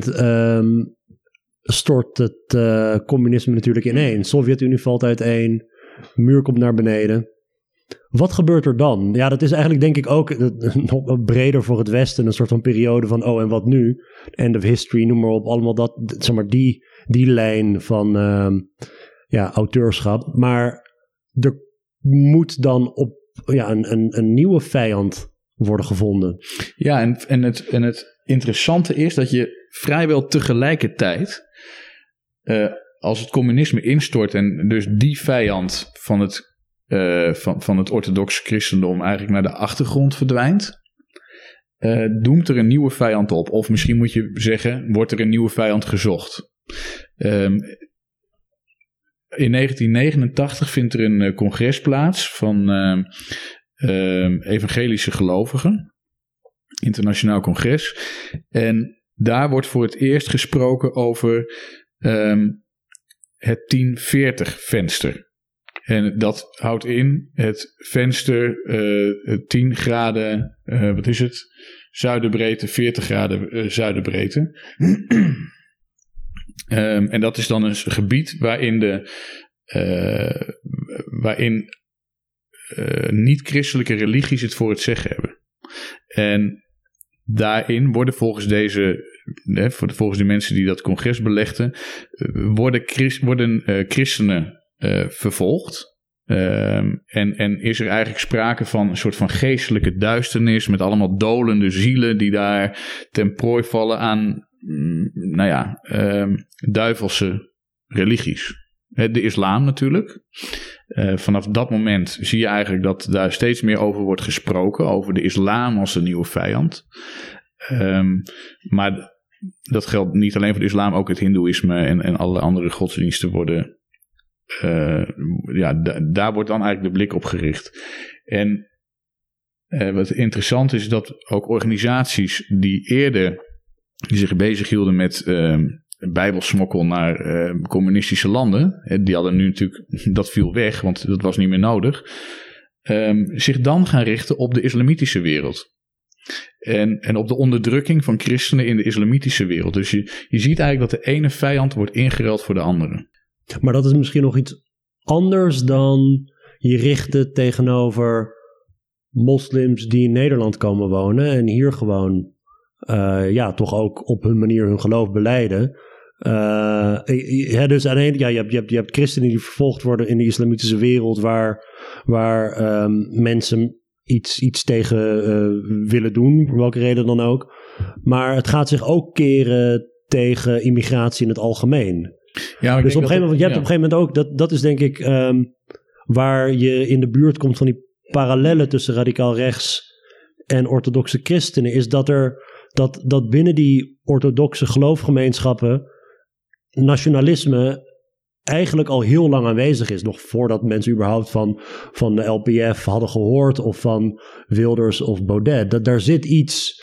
stort het communisme natuurlijk ineen. De Sovjet-Unie valt uiteen, muur komt naar beneden. Wat gebeurt er dan? Ja, dat is eigenlijk denk ik ook nog breder voor het Westen. Een soort van periode van, en wat nu? End of history, noem maar op. Allemaal dat, zeg maar, die lijn van auteurschap. Maar er moet dan een nieuwe vijand worden gevonden. Ja, en het interessante is dat je vrijwel tegelijkertijd, als het communisme instort en dus die vijand van het orthodoxe christendom eigenlijk naar de achtergrond verdwijnt, doemt er een nieuwe vijand op. Of misschien moet je zeggen, wordt er een nieuwe vijand gezocht. In 1989 vindt er een congres plaats van evangelische gelovigen. Internationaal congres. En daar wordt voor het eerst gesproken over het 1040 venster. En dat houdt in het venster 10 graden, zuiderbreedte, 40 graden zuiderbreedte. En dat is dan een gebied waarin niet-christelijke religies het voor het zeggen hebben. En daarin worden volgens de mensen die dat congres belegden, worden christenen vervolgd. En is er eigenlijk sprake van een soort van geestelijke duisternis met allemaal dolende zielen die daar ten prooi vallen aan duivelse religies. De islam natuurlijk. Vanaf dat moment zie je eigenlijk dat daar steeds meer over wordt gesproken, over de islam als een nieuwe vijand. Maar dat geldt niet alleen voor de islam, ook het hindoeïsme en alle andere godsdiensten worden. Daar wordt dan eigenlijk de blik op gericht. En Wat interessant is dat ook organisaties die eerder zich bezighielden met bijbelsmokkel naar communistische landen, die hadden nu natuurlijk, dat viel weg, want dat was niet meer nodig, zich dan gaan richten op de islamitische wereld. En op de onderdrukking van christenen in de islamitische wereld. Dus je ziet eigenlijk dat de ene vijand wordt ingeruild voor de andere. Maar dat is misschien nog iets anders dan je richten tegenover moslims die in Nederland komen wonen en hier gewoon toch ook op hun manier hun geloof belijden. Dus aan de ene kant, je hebt christenen die vervolgd worden in de islamitische wereld waar mensen iets tegen willen doen, voor welke reden dan ook. Maar het gaat zich ook keren tegen immigratie in het algemeen. Ja, dus op een gegeven moment ook, dat is denk ik waar je in de buurt komt van die parallellen tussen radicaal rechts en orthodoxe christenen, is dat binnen die orthodoxe geloofgemeenschappen nationalisme eigenlijk al heel lang aanwezig is. Nog voordat mensen überhaupt van de LPF hadden gehoord of van Wilders of Baudet. Daar zit iets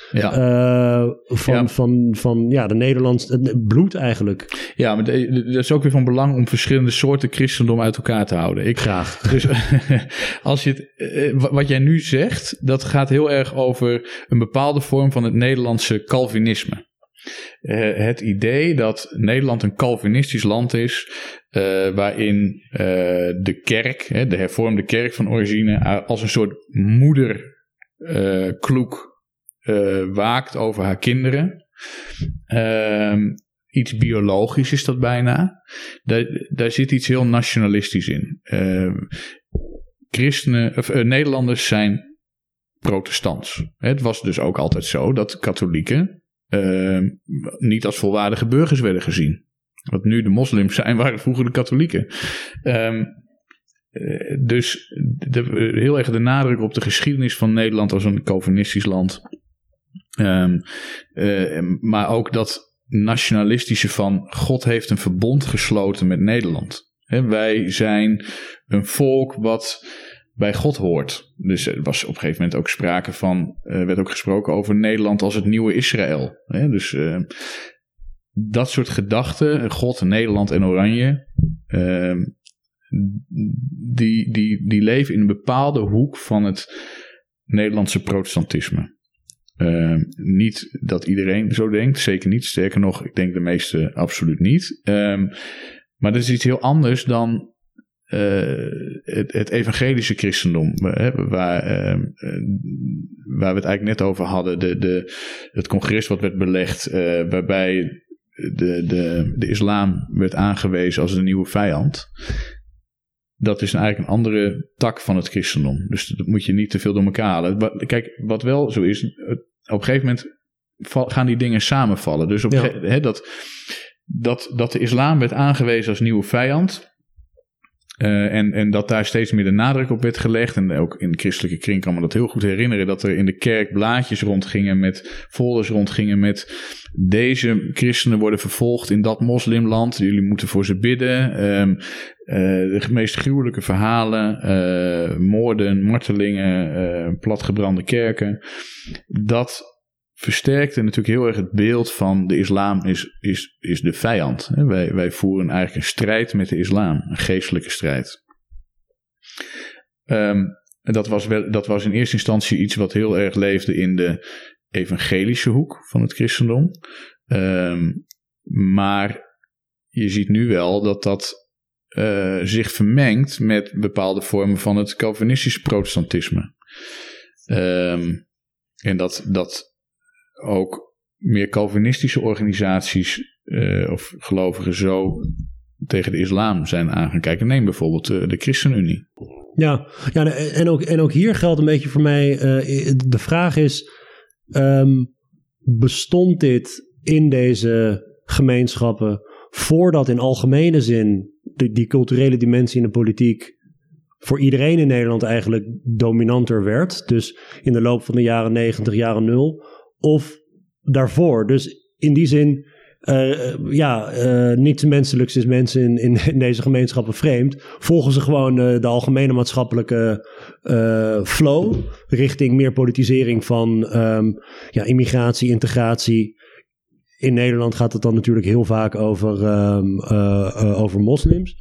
van de Nederlandse bloed eigenlijk. Ja, maar dat is ook weer van belang om verschillende soorten christendom uit elkaar te houden. Graag. Dus als je wat jij nu zegt, dat gaat heel erg over een bepaalde vorm van het Nederlandse Calvinisme. Het idee dat Nederland een Calvinistisch land is, waarin de kerk, de hervormde kerk van origine, als een soort moederkloek waakt over haar kinderen. Iets biologisch is dat bijna. Daar zit iets heel nationalistisch in. Nederlanders zijn protestants. Het was dus ook altijd zo dat katholieken niet als volwaardige burgers werden gezien. Wat nu de moslims zijn, waren vroeger de katholieken. Dus heel erg de nadruk op de geschiedenis van Nederland als een Calvinistisch land. Maar ook dat nationalistische van God heeft een verbond gesloten met Nederland. Wij zijn een volk wat bij God hoort. Dus er was op een gegeven moment ook sprake van, werd ook gesproken over Nederland als het nieuwe Israël. Dus dat soort gedachten, God, Nederland en Oranje, die leven in een bepaalde hoek van het Nederlandse protestantisme. Niet dat iedereen zo denkt, zeker niet. Sterker nog, ik denk de meeste absoluut niet. Maar dat is iets heel anders dan het evangelische christendom, waar we het eigenlijk net over hadden, het congres wat werd belegd, waarbij de islam werd aangewezen als de nieuwe vijand. Dat is eigenlijk een andere tak van het christendom. Dus dat moet je niet te veel door elkaar halen. Kijk, wat wel zo is, op een gegeven moment gaan die dingen samenvallen. Dus dat de islam werd aangewezen als nieuwe vijand. En dat daar steeds meer de nadruk op werd gelegd. En ook in de christelijke kring kan me dat heel goed herinneren, dat er in de kerk blaadjes rondgingen met folders rondgingen met: deze christenen worden vervolgd in dat moslimland, jullie moeten voor ze bidden. De meest gruwelijke verhalen, moorden, martelingen, platgebrande kerken. Dat versterkte natuurlijk heel erg het beeld van de islam is de vijand. Wij voeren eigenlijk een strijd met de islam, een geestelijke strijd. Dat was in eerste instantie iets wat heel erg leefde in de evangelische hoek van het christendom. Maar je ziet nu wel dat zich vermengt met bepaalde vormen van het Calvinistische protestantisme. En dat ook meer Calvinistische organisaties of gelovigen zo tegen de islam zijn aangaan kijken. Neem bijvoorbeeld de ChristenUnie. Ja, en ook hier geldt een beetje voor mij, de vraag is, bestond dit in deze gemeenschappen voordat in algemene zin die culturele dimensie in de politiek voor iedereen in Nederland eigenlijk dominanter werd? Dus in de loop van de jaren 90, jaren 0, of daarvoor? Dus in die zin, niets menselijks is mensen in deze gemeenschappen vreemd. Volgen ze gewoon de algemene maatschappelijke flow richting meer politisering van immigratie, integratie. In Nederland gaat het dan natuurlijk heel vaak over moslims.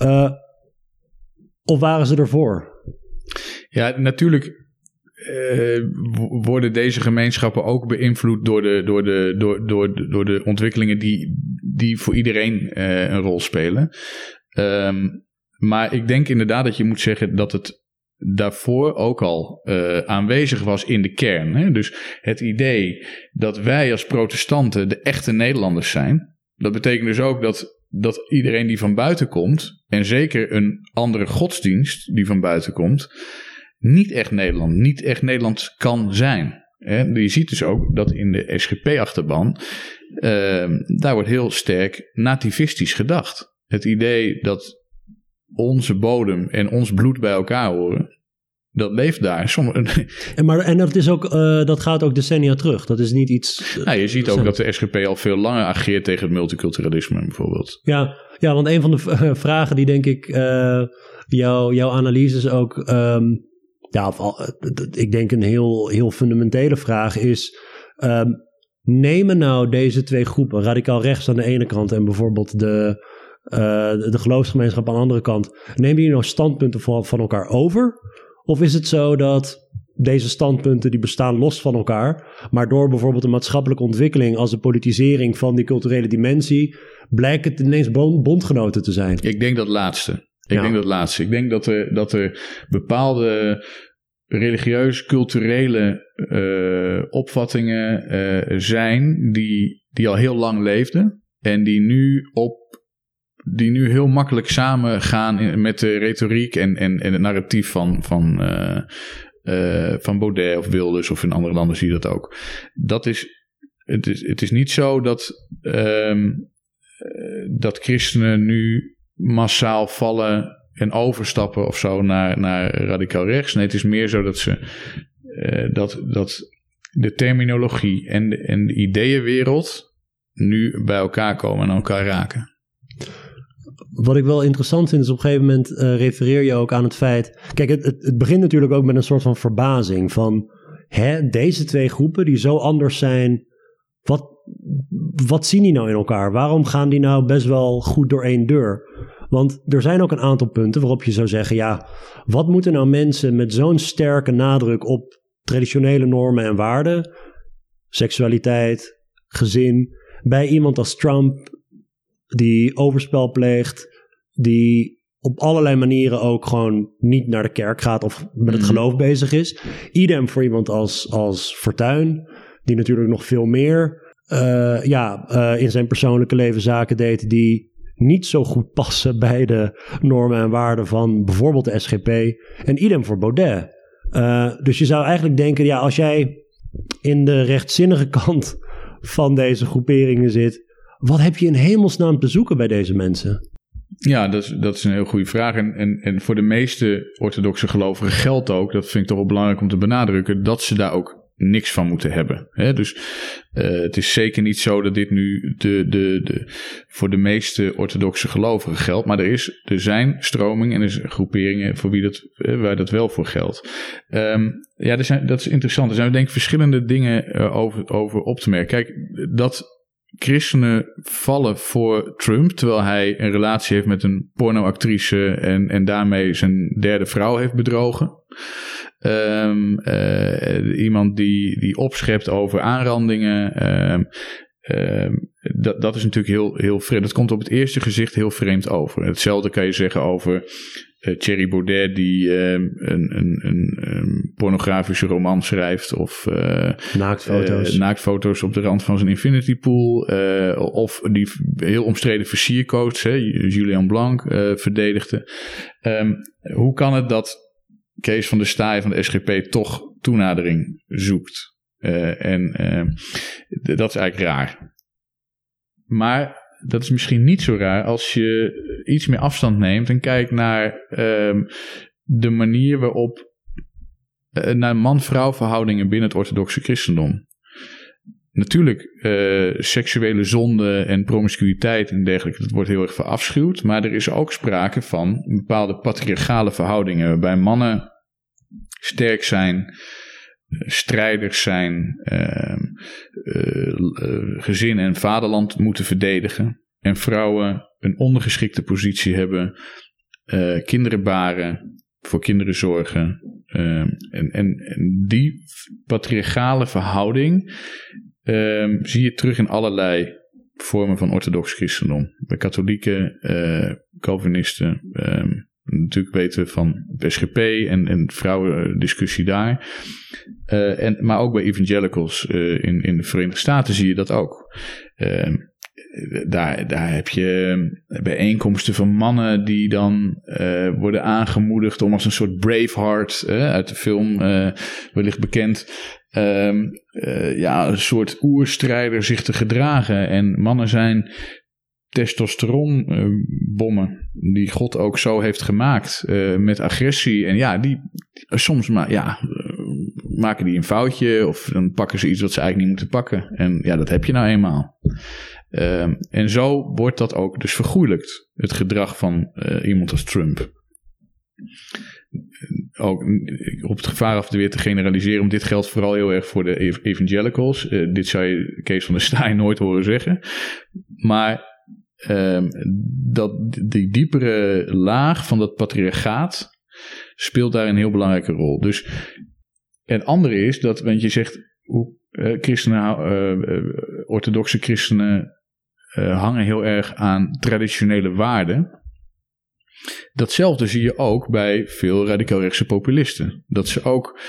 Of waren ze ervoor? Ja, natuurlijk worden deze gemeenschappen ook beïnvloed door de ontwikkelingen die voor iedereen een rol spelen. Maar ik denk inderdaad dat je moet zeggen dat het daarvoor ook al aanwezig was in de kern. Hè? Dus het idee dat wij als protestanten de echte Nederlanders zijn, dat betekent dus ook dat iedereen die van buiten komt, en zeker een andere godsdienst die van buiten komt, niet echt Nederlands kan zijn. Je ziet dus ook dat in de SGP-achterban, daar wordt heel sterk nativistisch gedacht. Het idee dat onze bodem en ons bloed bij elkaar horen, dat leeft daar. En dat is ook, dat gaat ook decennia terug. Dat is niet iets. Je ziet ook dat de SGP al veel langer ageert tegen het multiculturalisme bijvoorbeeld. Ja, want een van de vragen die denk ik jouw analyses ook, ik denk een heel fundamentele vraag is, nemen nou deze twee groepen, radicaal rechts aan de ene kant en bijvoorbeeld de geloofsgemeenschap aan de andere kant, nemen die nou standpunten van elkaar over? Of is het zo dat deze standpunten die bestaan los van elkaar, maar door bijvoorbeeld een maatschappelijke ontwikkeling als de politisering van die culturele dimensie, blijkt het ineens bondgenoten te zijn? Ik denk dat laatste. Ik denk dat er bepaalde religieus-culturele opvattingen zijn die al heel lang leefden en die nu heel makkelijk samengaan met de retoriek en het narratief van Baudet of Wilders, of in andere landen zie je dat ook. Het is niet zo dat christenen nu massaal vallen en overstappen of zo naar radicaal rechts. Nee, het is meer zo dat de terminologie en de ideeënwereld nu bij elkaar komen en elkaar raken. Wat ik wel interessant vind is op een gegeven moment refereer je ook aan het feit. Kijk, het begint natuurlijk ook met een soort van verbazing van deze twee groepen die zo anders zijn. Wat zien die nou in elkaar? Waarom gaan die nou best wel goed door één deur? Want er zijn ook een aantal punten waarop je zou zeggen, wat moeten nou mensen met zo'n sterke nadruk op traditionele normen en waarden, seksualiteit, gezin, bij iemand als Trump, die overspel pleegt, die op allerlei manieren ook gewoon niet naar de kerk gaat of met het geloof bezig is. Idem voor iemand als Fortuyn, die natuurlijk nog veel meer in zijn persoonlijke leven zaken deed die niet zo goed passen bij de normen en waarden van bijvoorbeeld de SGP. En idem voor Baudet. Dus je zou eigenlijk denken, als jij in de rechtzinnige kant van deze groeperingen zit, wat heb je in hemelsnaam te zoeken bij deze mensen? Ja, dat is een heel goede vraag. En voor de meeste orthodoxe gelovigen geldt ook, dat vind ik toch wel belangrijk om te benadrukken, dat ze daar ook niks van moeten hebben. Dus het is zeker niet zo dat dit nu voor de meeste orthodoxe gelovigen geldt. Maar er zijn stromingen en er zijn groeperingen voor waar dat wel voor geldt. Dat is interessant. Er zijn denk ik verschillende dingen over op te merken. Kijk, dat christenen vallen voor Trump, terwijl hij een relatie heeft met een pornoactrice en daarmee zijn derde vrouw heeft bedrogen. Iemand die opschept over aanrandingen. Dat is natuurlijk heel vreemd. Dat komt op het eerste gezicht heel vreemd over. Hetzelfde kan je zeggen over Thierry Baudet, die een pornografische roman schrijft, of naaktfoto's op de rand van zijn infinity pool, of die heel omstreden versiercoach, Julian Blanc, verdedigde. Hoe kan het dat Kees van der Staaij van de SGP toch toenadering zoekt? Dat is eigenlijk raar. Maar dat is misschien niet zo raar als je iets meer afstand neemt en kijkt naar de manier waarop naar man-vrouw verhoudingen binnen het orthodoxe christendom. natuurlijk, seksuele zonde en promiscuïteit en dergelijke, dat wordt heel erg verafschuwd. Maar er is ook sprake van bepaalde patriarchale verhoudingen, waarbij mannen sterk zijn, strijders zijn, gezin en vaderland moeten verdedigen. En vrouwen een ondergeschikte positie hebben, kinderen baren, voor kinderen zorgen. En die patriarchale verhouding zie je terug in allerlei vormen van orthodox christendom. Bij katholieken, Calvinisten, natuurlijk weten we van de SGP en vrouwendiscussie daar. Maar ook bij evangelicals in de Verenigde Staten zie je dat ook. Daar heb je bijeenkomsten van mannen die dan worden aangemoedigd om als een soort Braveheart uit de film wellicht bekend, een soort oerstrijder zich te gedragen. En mannen zijn testosteronbommen die God ook zo heeft gemaakt met agressie. En die soms maken die een foutje of dan pakken ze iets wat ze eigenlijk niet moeten pakken. En dat heb je nou eenmaal. En zo wordt dat ook dus vergoeilijkt, het gedrag van iemand als Trump. Ook op het gevaar af weer te generaliseren, want dit geldt vooral heel erg voor de evangelicals. Dit zou je Kees van der Staaij nooit horen zeggen. Maar die diepere laag van dat patriarchaat speelt daar een heel belangrijke rol. Dus het andere is dat, want je zegt hoe orthodoxe christenen hangen heel erg aan traditionele waarden. Datzelfde zie je ook bij veel radicaal-rechtse populisten. Dat ze ook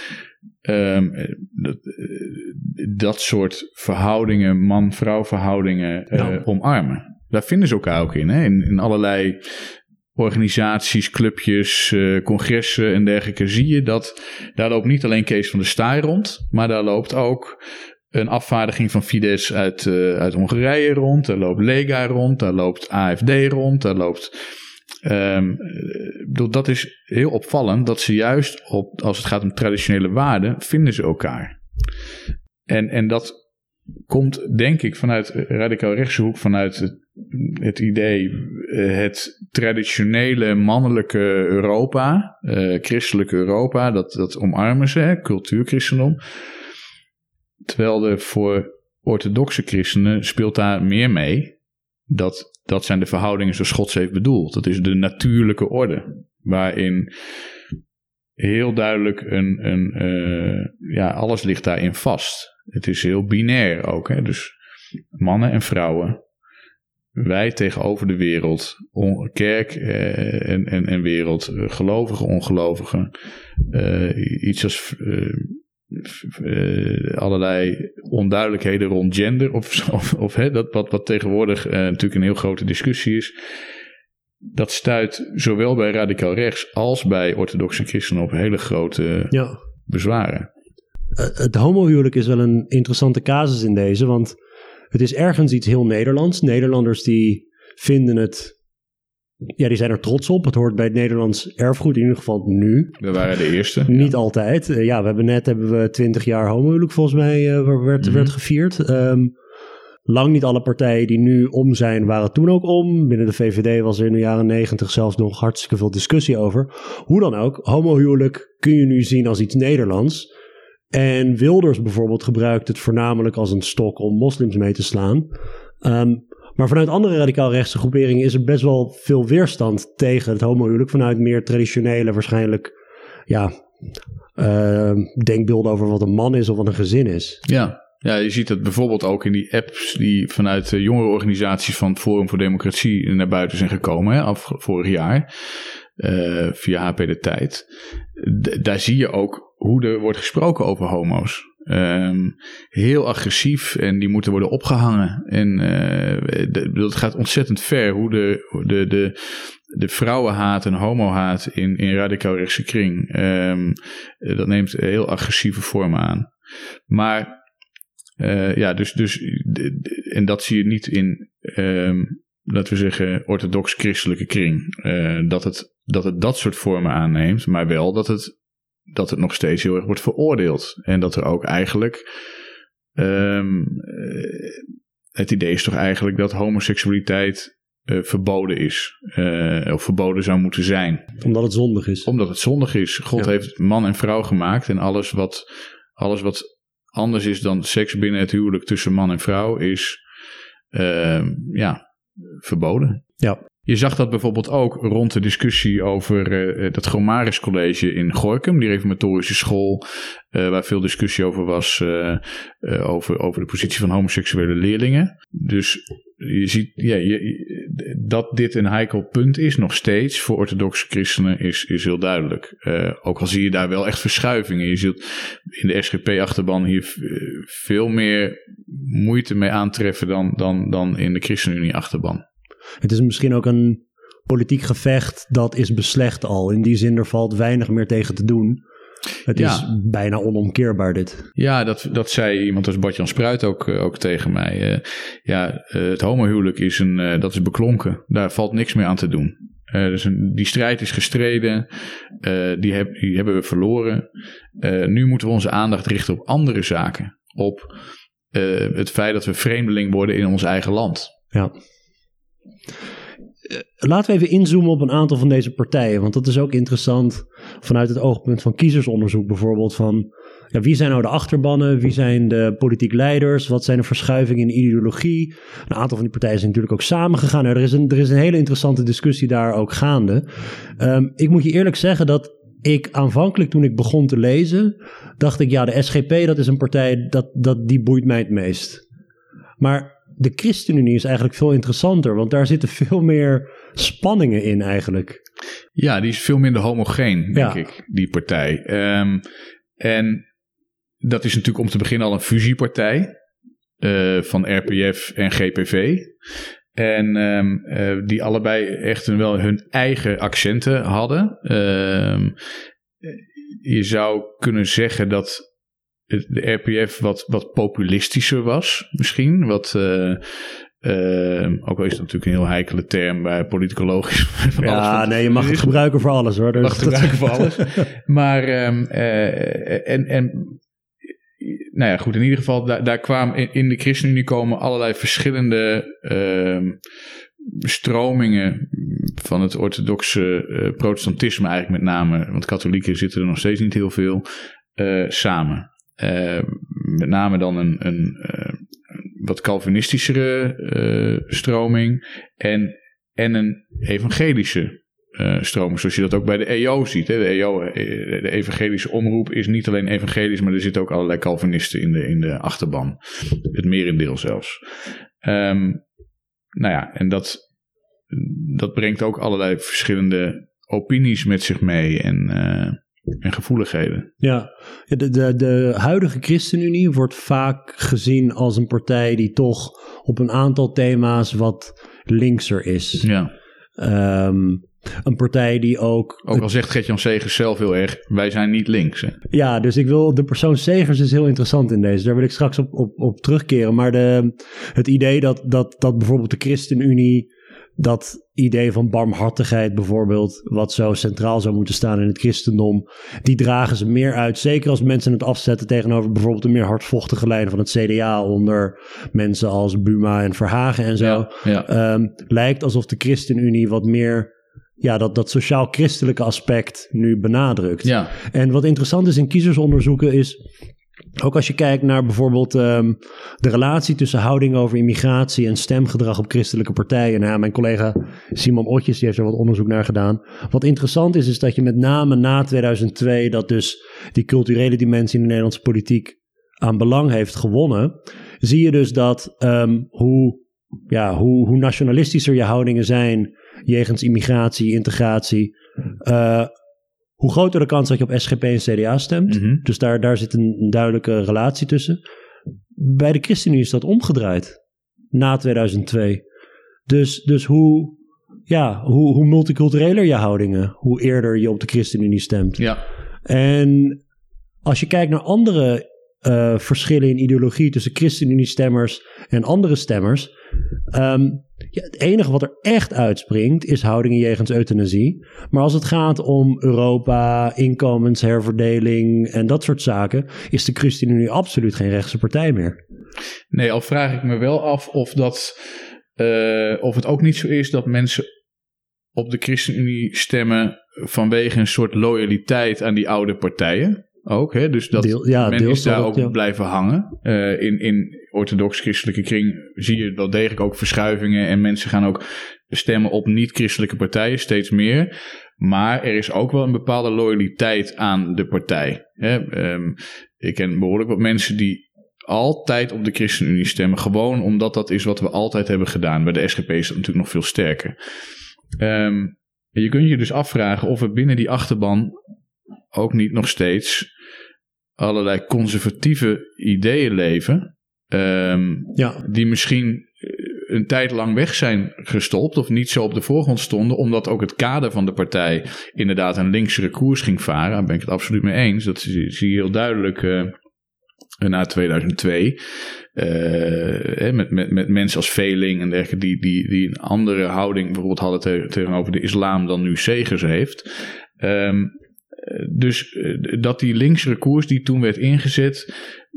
dat soort verhoudingen, man-vrouw verhoudingen omarmen. Daar vinden ze elkaar ook in. Hè? In allerlei organisaties, clubjes, congressen en dergelijke zie je dat daar loopt niet alleen Kees van der Staaij rond, maar daar loopt ook een afvaardiging van Fidesz uit Hongarije rond, daar loopt Lega rond, daar loopt AFD rond, daar loopt dat is heel opvallend dat ze juist als het gaat om traditionele waarden, vinden ze elkaar. En dat komt denk ik vanuit radicaal rechtse hoek, vanuit het idee, het traditionele mannelijke Europa, christelijke Europa, dat omarmen ze, cultuurchristendom. Terwijl er voor orthodoxe christenen speelt daar meer mee. Dat zijn de verhoudingen zoals God ze heeft bedoeld. Dat is de natuurlijke orde. Waarin heel duidelijk alles ligt daarin vast. Het is heel binair ook. Hè? Dus mannen en vrouwen. Wij tegenover de wereld. Kerk en wereld. Gelovigen, ongelovigen. Iets als allerlei onduidelijkheden rond gender. Of wat tegenwoordig natuurlijk een heel grote discussie is. Dat stuit zowel bij radicaal rechts als bij orthodoxe christenen op hele grote bezwaren. Het homohuwelijk is wel een interessante casus in deze, want het is ergens iets heel Nederlands. Nederlanders die vinden het, die zijn er trots op. Het hoort bij het Nederlands erfgoed, in ieder geval nu. We waren de eerste. Niet altijd. We hebben 20 jaar homohuwelijk volgens mij werd gevierd. Lang niet alle partijen die nu om zijn, waren toen ook om. Binnen de VVD was er in de jaren 90 zelfs nog hartstikke veel discussie over. Hoe dan ook, homohuwelijk kun je nu zien als iets Nederlands. En Wilders bijvoorbeeld gebruikt het voornamelijk als een stok om moslims mee te slaan. Maar vanuit andere radicaal-rechtse groeperingen is er best wel veel weerstand tegen het homohuwelijk. Vanuit meer traditionele, waarschijnlijk, denkbeelden over wat een man is of wat een gezin is. Ja, je ziet het bijvoorbeeld ook in die apps die vanuit de jongere organisaties van het Forum voor Democratie naar buiten zijn gekomen, vorig jaar, via HP De Tijd. Daar zie je ook hoe er wordt gesproken over homo's. Heel agressief en die moeten worden opgehangen. En dat gaat ontzettend ver hoe de vrouwenhaat en homohaat in radicaal-rechtse kring. Dat neemt heel agressieve vormen aan. Maar en dat zie je niet in, laten we zeggen, orthodox-christelijke kring. Dat het dat soort vormen aanneemt, maar wel dat het nog steeds heel erg wordt veroordeeld. En dat er ook eigenlijk het idee is toch eigenlijk dat homoseksualiteit verboden is. Of verboden zou moeten zijn. Omdat het zondig is. Omdat het zondig is. God heeft man en vrouw gemaakt. En alles wat anders is dan seks binnen het huwelijk tussen man en vrouw is verboden. Ja. Je zag dat bijvoorbeeld ook rond de discussie over dat Gomarus College in Gorinchem, die reformatorische school, waar veel discussie over was, over de positie van homoseksuele leerlingen. Dus je ziet dat dit een heikel punt is, nog steeds, voor orthodoxe christenen, is heel duidelijk. Ook al zie je daar wel echt verschuivingen. Je ziet in de SGP-achterban hier veel meer moeite mee aantreffen dan in de ChristenUnie-achterban. Het is misschien ook een politiek gevecht dat is beslecht al. In die zin, er valt weinig meer tegen te doen. Het is bijna onomkeerbaar dit. Ja, dat zei iemand als Bart-Jan Spruit ook tegen mij. Het homohuwelijk dat is beklonken. Daar valt niks meer aan te doen. Dus die strijd is gestreden. Die hebben we verloren. Nu moeten we onze aandacht richten op andere zaken. Op het feit dat we vreemdeling worden in ons eigen land. Ja. Laten we even inzoomen op een aantal van deze partijen. Want dat is ook interessant vanuit het oogpunt van kiezersonderzoek bijvoorbeeld. Van wie zijn nou de achterbannen? Wie zijn de politiek leiders? Wat zijn de verschuivingen in ideologie? Een aantal van die partijen zijn natuurlijk ook samengegaan. Er is een hele interessante discussie daar ook gaande. Ik moet je eerlijk zeggen dat ik aanvankelijk, toen ik begon te lezen, dacht ik, de SGP, dat is een partij, die boeit mij het meest. Maar de ChristenUnie is eigenlijk veel interessanter, want daar zitten veel meer spanningen in eigenlijk. Ja, die is veel minder homogeen, denk ik, die partij. En dat is natuurlijk om te beginnen al een fusiepartij van RPF en GPV. En die allebei echt wel hun eigen accenten hadden. Je zou kunnen zeggen dat de RPF wat populistischer was, misschien. Ook al is het natuurlijk een heel heikele term bij politicologisch. Je mag het gebruiken voor alles, hoor. Je mag het gebruiken voor alles. Maar, goed, in ieder geval, daar kwamen in de ChristenUnie komen allerlei verschillende stromingen van het orthodoxe protestantisme eigenlijk met name, want katholieken zitten er nog steeds niet heel veel, samen. Met name dan een wat Calvinistischere stroming en een evangelische stroming, zoals je dat ook bij de EO ziet. Hè. De EO, de evangelische omroep, is niet alleen evangelisch, maar er zitten ook allerlei Calvinisten in de achterban. Het merendeel zelfs. En dat brengt ook allerlei verschillende opinies met zich mee en gevoeligheden. Ja, de huidige ChristenUnie wordt vaak gezien als een partij die toch op een aantal thema's wat linkser is. Ja. Een partij die ook al zegt Gert-Jan Segers zelf heel erg, wij zijn niet links. Hè? Ja, dus de persoon Segers is heel interessant in deze. Daar wil ik straks op terugkeren. Maar het idee dat bijvoorbeeld de ChristenUnie, dat idee van barmhartigheid bijvoorbeeld, wat zo centraal zou moeten staan in het christendom, die dragen ze meer uit. Zeker als mensen het afzetten tegenover bijvoorbeeld de meer hardvochtige lijnen van het CDA onder mensen als Buma en Verhagen en zo. Ja. Lijkt alsof de ChristenUnie wat meer dat sociaal-christelijke aspect nu benadrukt. Ja. En wat interessant is in kiezersonderzoeken is, ook als je kijkt naar bijvoorbeeld de relatie tussen houding over immigratie en stemgedrag op christelijke partijen. Nou, mijn collega Simon Otjes die heeft er wat onderzoek naar gedaan. Wat interessant is dat je met name na 2002, dat dus die culturele dimensie in de Nederlandse politiek aan belang heeft gewonnen, zie je dus dat hoe nationalistischer je houdingen zijn jegens immigratie, integratie, hoe groter de kans dat je op SGP en CDA stemt. Mm-hmm. Dus daar zit een duidelijke relatie tussen. Bij de ChristenUnie is dat omgedraaid. Na 2002. Dus hoe multicultureler je houdingen, hoe eerder je op de ChristenUnie stemt. Ja. En als je kijkt naar andere verschillen in ideologie tussen ChristenUnie-stemmers en andere stemmers, het enige wat er echt uitspringt is houdingen jegens euthanasie. Maar als het gaat om Europa, inkomensherverdeling en dat soort zaken, is de ChristenUnie absoluut geen rechtse partij meer. Nee, al vraag ik me wel af of het ook niet zo is dat mensen op de ChristenUnie stemmen vanwege een soort loyaliteit aan die oude partijen. Ook, hè? Dus dat men is daar ook blijven hangen. In orthodox-christelijke kring zie je wel degelijk ook verschuivingen en mensen gaan ook stemmen op niet-christelijke partijen, steeds meer. Maar er is ook wel een bepaalde loyaliteit aan de partij. Hè? Ik ken behoorlijk wat mensen die altijd op de ChristenUnie stemmen, gewoon omdat dat is wat we altijd hebben gedaan. Bij de SGP is dat natuurlijk nog veel sterker. Je kunt je dus afvragen of er binnen die achterban ook niet nog steeds allerlei conservatieve ideeën leven, die misschien een tijd lang weg zijn gestopt of niet zo op de voorgrond stonden, omdat ook het kader van de partij inderdaad een linksere koers ging varen. Daar ben ik het absoluut mee eens. Dat zie je heel duidelijk na 2002. Met mensen als Veling en dergelijke die een andere houding bijvoorbeeld hadden tegenover de islam dan nu Segers heeft. Dus dat die linkse koers die toen werd ingezet,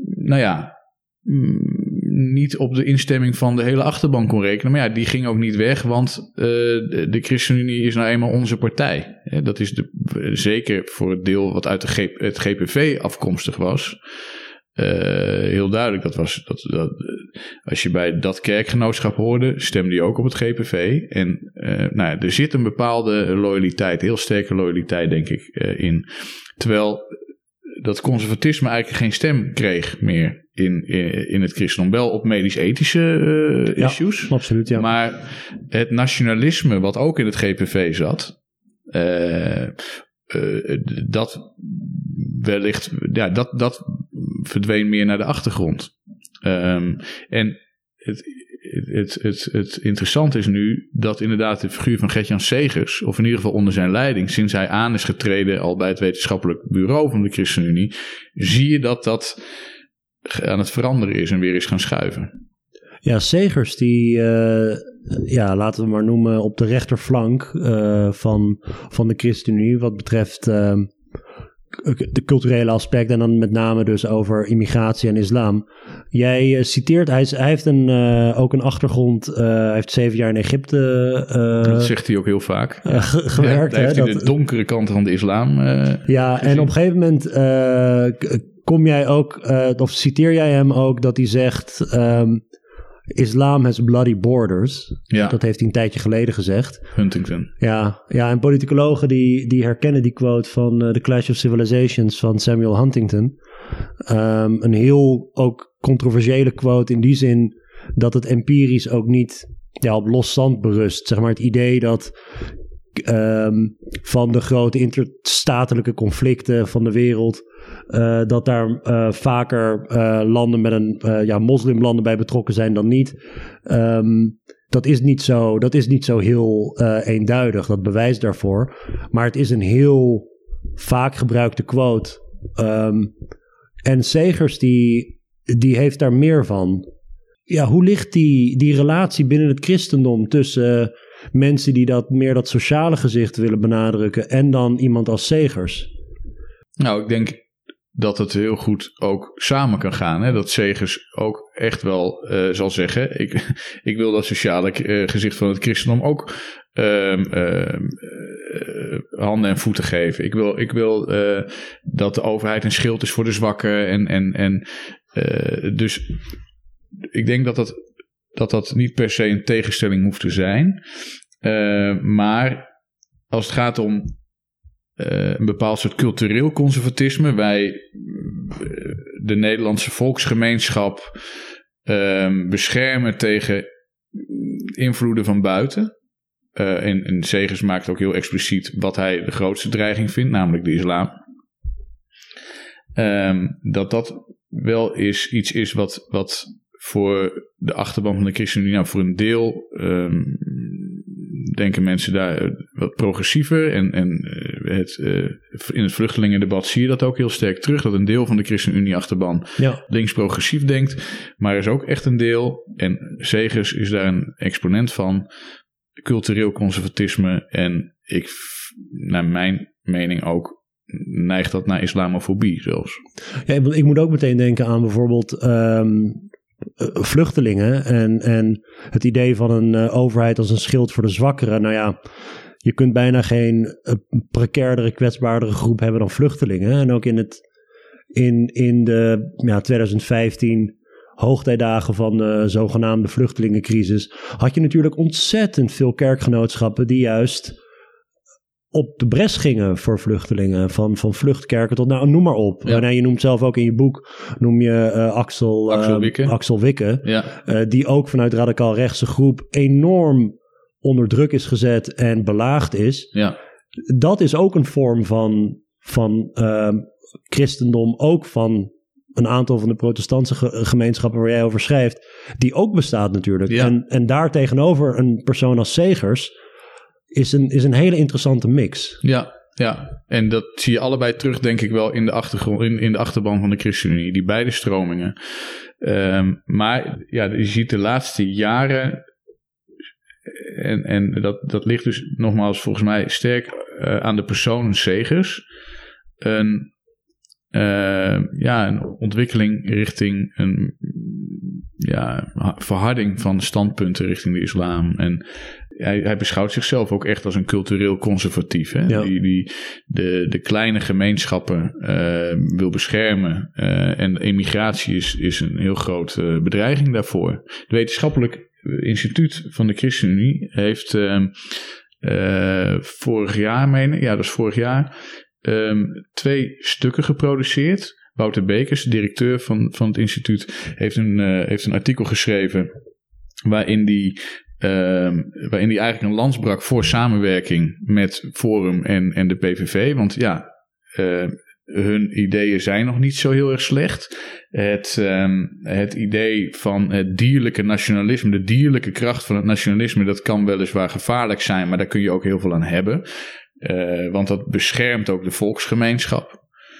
niet op de instemming van de hele achterban kon rekenen. Maar ja, die ging ook niet weg, want de ChristenUnie is nou eenmaal onze partij. Dat is zeker voor het deel wat uit het GPV afkomstig was. Heel duidelijk, dat als je bij dat kerkgenootschap hoorde, stemde je ook op het GPV. En er zit een bepaalde loyaliteit, heel sterke loyaliteit denk ik in. Terwijl dat conservatisme eigenlijk geen stem kreeg meer in het christendom. Wel op medisch-ethische issues. Absoluut, ja. Maar het nationalisme wat ook in het GPV zat, dat wellicht, dat verdween meer naar de achtergrond. En het interessante is nu dat inderdaad de figuur van Gert-Jan Segers, of in ieder geval onder zijn leiding, sinds hij aan is getreden al bij het wetenschappelijk bureau van de ChristenUnie, zie je dat aan het veranderen is en weer is gaan schuiven. Ja, Segers die, laten we maar noemen, op de rechterflank van de ChristenUnie wat betreft de culturele aspect en dan met name dus over immigratie en islam. Jij citeert, hij heeft ook een achtergrond, hij heeft 7 jaar in Egypte dat zegt hij ook heel vaak. Gewerkt. Daar heeft hij de donkere kant van de islam gezien. En op een gegeven moment kom jij ook, of citeer jij hem ook, dat hij zegt, Islam has bloody borders. Ja. Dat heeft hij een tijdje geleden gezegd. Huntington. Ja, en politicologen die herkennen die quote van The Clash of Civilizations van Samuel Huntington. Een heel ook controversiële quote in die zin dat het empirisch ook niet op los zand berust. Zeg maar het idee dat van de grote interstatelijke conflicten van de wereld, dat daar vaker landen met een moslimlanden bij betrokken zijn dan niet. Dat is niet zo heel eenduidig, dat bewijs daarvoor. Maar het is een heel vaak gebruikte quote. En Segers die heeft daar meer van. Ja, hoe ligt die relatie binnen het christendom tussen mensen die dat sociale gezicht willen benadrukken en dan iemand als Segers? Nou, ik denk dat het heel goed ook samen kan gaan. Hè? Dat Segers ook echt wel zal zeggen, ik wil dat sociale gezicht van het christendom ook handen en voeten geven. Ik wil dat de overheid een schild is voor de zwakken. Dus ik denk dat niet per se een tegenstelling hoeft te zijn. Maar als het gaat om een bepaald soort cultureel conservatisme, wij de Nederlandse volksgemeenschap beschermen tegen invloeden van buiten. En Segers maakt ook heel expliciet wat hij de grootste dreiging vindt, namelijk de islam. Dat wel iets is wat voor de achterban van de ChristenUnie, voor een deel denken mensen daar wat progressiever. En in het vluchtelingendebat zie je dat ook heel sterk terug, dat een deel van de ChristenUnie-achterban links-progressief denkt. Maar er is ook echt een deel, en Segers is daar een exponent van, cultureel conservatisme. En naar mijn mening ook, neigt dat naar islamofobie zelfs. Ja, ik moet ook meteen denken aan bijvoorbeeld vluchtelingen en het idee van een overheid als een schild voor de zwakkeren. Nou ja, je kunt bijna geen precairdere, kwetsbaardere groep hebben dan vluchtelingen. En ook in de 2015 hoogtijdagen van de zogenaamde vluchtelingencrisis had je natuurlijk ontzettend veel kerkgenootschappen die juist op de bres gingen voor vluchtelingen. Van vluchtkerken tot, noem maar op. Ja. Je noemt zelf ook in je boek, noem je Axel Wikke. Ja. Die ook vanuit radicaal rechtse groep enorm onder druk is gezet en belaagd is. Ja. Dat is ook een vorm van christendom, ook van een aantal van de protestantse gemeenschappen waar jij over schrijft, die ook bestaat natuurlijk. Ja. En daar tegenover een persoon als Segers is een hele interessante mix. Ja, en dat zie je allebei terug, denk ik wel, in de achtergrond, in de achterban van de ChristenUnie, die beide stromingen. Maar ja, je ziet de laatste jaren, en dat ligt dus nogmaals volgens mij sterk aan de persoon Segers, een ontwikkeling richting een verharding van standpunten richting de islam. En hij beschouwt zichzelf ook echt als een cultureel conservatief. Hè? Ja. Die de kleine gemeenschappen wil beschermen. En immigratie is een heel grote bedreiging daarvoor. Het wetenschappelijk instituut van de ChristenUnie heeft vorig jaar 2 stukken geproduceerd. Wouter Bekers, directeur van het instituut, heeft een artikel geschreven waarin die eigenlijk een lans brak voor samenwerking met Forum en de PVV. Want hun ideeën zijn nog niet zo heel erg slecht. Het idee van het dierlijke nationalisme, de dierlijke kracht van het nationalisme, dat kan weliswaar gevaarlijk zijn, maar daar kun je ook heel veel aan hebben. Want dat beschermt ook de volksgemeenschap.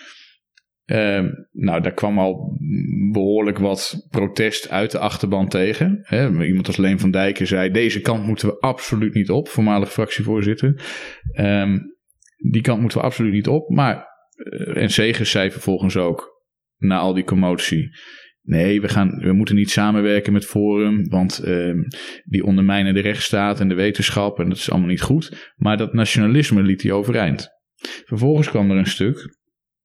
Daar kwam al behoorlijk wat protest uit de achterban tegen. Iemand als Leen van Dijken zei, deze kant moeten we absoluut niet op. Voormalig fractievoorzitter. Die kant moeten we absoluut niet op. Maar, en Segers zei vervolgens ook, na al die commotie, nee, we moeten niet samenwerken met Forum, want die ondermijnen de rechtsstaat en de wetenschap en dat is allemaal niet goed. Maar dat nationalisme liet hij overeind. Vervolgens kwam er een stuk,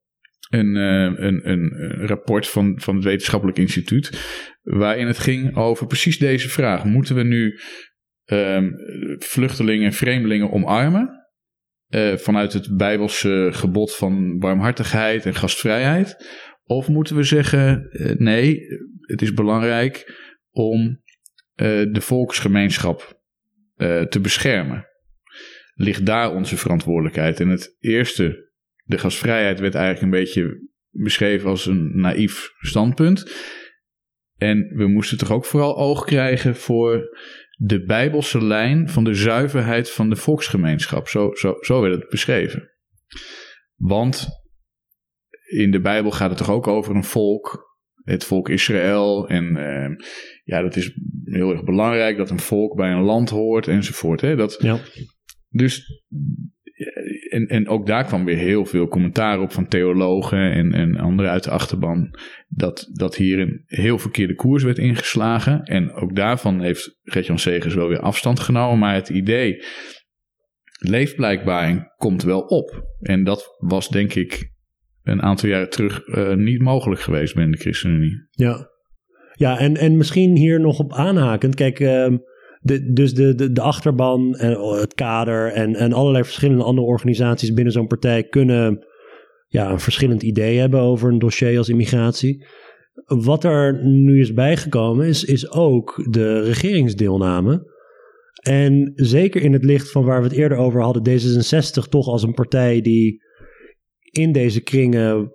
een rapport van het wetenschappelijk instituut, waarin het ging over precies deze vraag. Moeten we nu vluchtelingen en vreemdelingen omarmen? Vanuit het Bijbelse gebod van barmhartigheid en gastvrijheid? Of moeten we zeggen, nee, het is belangrijk om de volksgemeenschap te beschermen? Ligt daar onze verantwoordelijkheid? En het eerste, de gastvrijheid, werd eigenlijk een beetje beschreven als een naïef standpunt. En we moesten toch ook vooral oog krijgen voor de Bijbelse lijn van de zuiverheid van de volksgemeenschap. Zo werd het beschreven. Want in de Bijbel gaat het toch ook over een volk, het volk Israël. En dat is heel erg belangrijk dat een volk bij een land hoort enzovoort. Hè? Dus, en ook daar kwam weer heel veel commentaar op van theologen en anderen uit de achterban. Dat hier een heel verkeerde koers werd ingeslagen. En ook daarvan heeft Gert-Jan Segers wel weer afstand genomen. Maar het idee leeft blijkbaar en komt wel op. En dat was denk ik een aantal jaren terug niet mogelijk geweest binnen de ChristenUnie. Ja, en misschien hier nog op aanhakend. Kijk, de achterban en het kader en allerlei verschillende andere organisaties binnen zo'n partij kunnen een verschillend idee hebben over een dossier als immigratie. Wat er nu is bijgekomen is ook de regeringsdeelname. En zeker in het licht van waar we het eerder over hadden, D66 toch als een partij die in deze kringen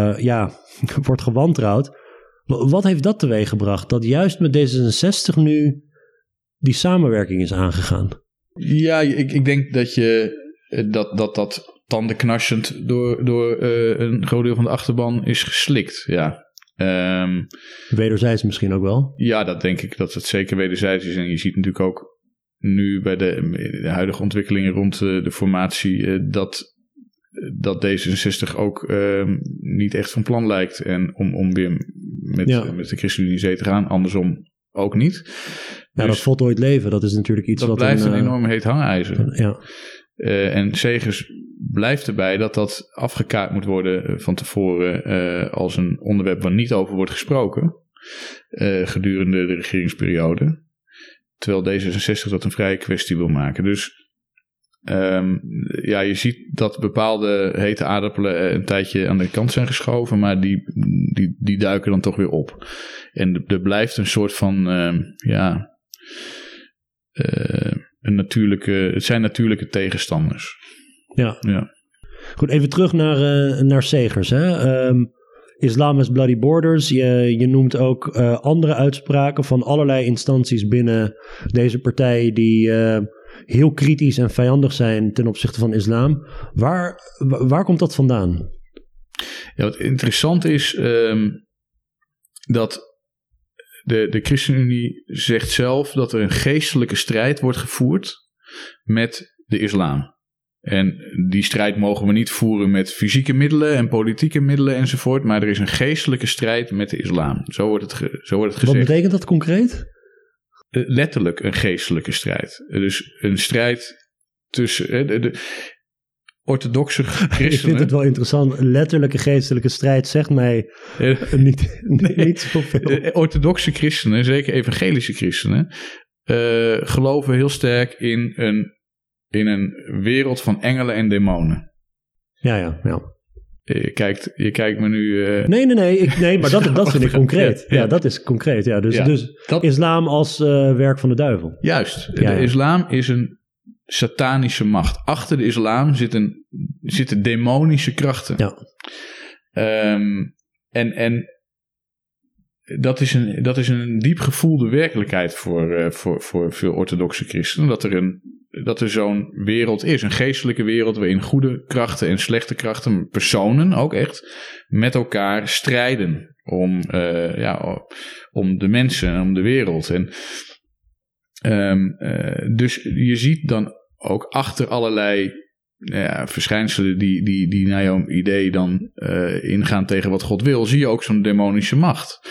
wordt gewantrouwd. Wat heeft dat teweeggebracht? Dat juist met D66 nu die samenwerking is aangegaan? Ja, ik denk dat tandenknarsend door een groot deel van de achterban is geslikt. Ja. Wederzijds misschien ook wel? Ja, dat denk ik dat het zeker wederzijds is. En je ziet natuurlijk ook nu bij de huidige ontwikkelingen rond de formatie dat D66 ook niet echt van plan lijkt. En om weer met de ChristenUnie zee te gaan. Andersom ook niet. Ja, dus, dat voltooid leven, dat is natuurlijk iets wat... Dat blijft een enorm heet hangijzer. Ja. En Segers blijft erbij dat afgekaart moet worden van tevoren als een onderwerp waar niet over wordt gesproken gedurende de regeringsperiode. Terwijl D66 dat een vrije kwestie wil maken. Dus je ziet dat bepaalde hete aardappelen een tijdje aan de kant zijn geschoven, maar die duiken dan toch weer op. En er blijft een soort van, het zijn natuurlijke tegenstanders. Ja. Goed, even terug naar Segers. Hè? Islam is Bloody Borders. Je noemt ook andere uitspraken van allerlei instanties binnen deze partij die heel kritisch en vijandig zijn ten opzichte van islam. Waar komt dat vandaan? Ja, wat interessant is dat de ChristenUnie zegt zelf dat er een geestelijke strijd wordt gevoerd met de islam. En die strijd mogen we niet voeren met fysieke middelen en politieke middelen enzovoort, maar er is een geestelijke strijd met de islam. Zo wordt het gezegd. Wat betekent dat concreet? Letterlijk een geestelijke strijd. Dus een strijd tussen de orthodoxe christenen. Ik vind het wel interessant. Letterlijke geestelijke strijd zegt mij niet zoveel. Orthodoxe christenen, zeker evangelische christenen, geloven heel sterk in een wereld van engelen en demonen. Ja. Je kijkt me nu... Nee, maar dat vind ik concreet. Ja, dat is concreet. Ja. Dus islam als werk van de duivel. Juist. De islam is een satanische macht. Achter de islam zitten demonische krachten. Ja. En dat is een diep gevoelde werkelijkheid voor veel orthodoxe christenen. Dat er zo'n wereld is, een geestelijke wereld waarin goede krachten en slechte krachten, personen ook echt, met elkaar strijden om de mensen en om de wereld. En dus je ziet dan ook achter allerlei verschijnselen die naar jouw idee dan ingaan tegen wat God wil, zie je ook zo'n demonische macht.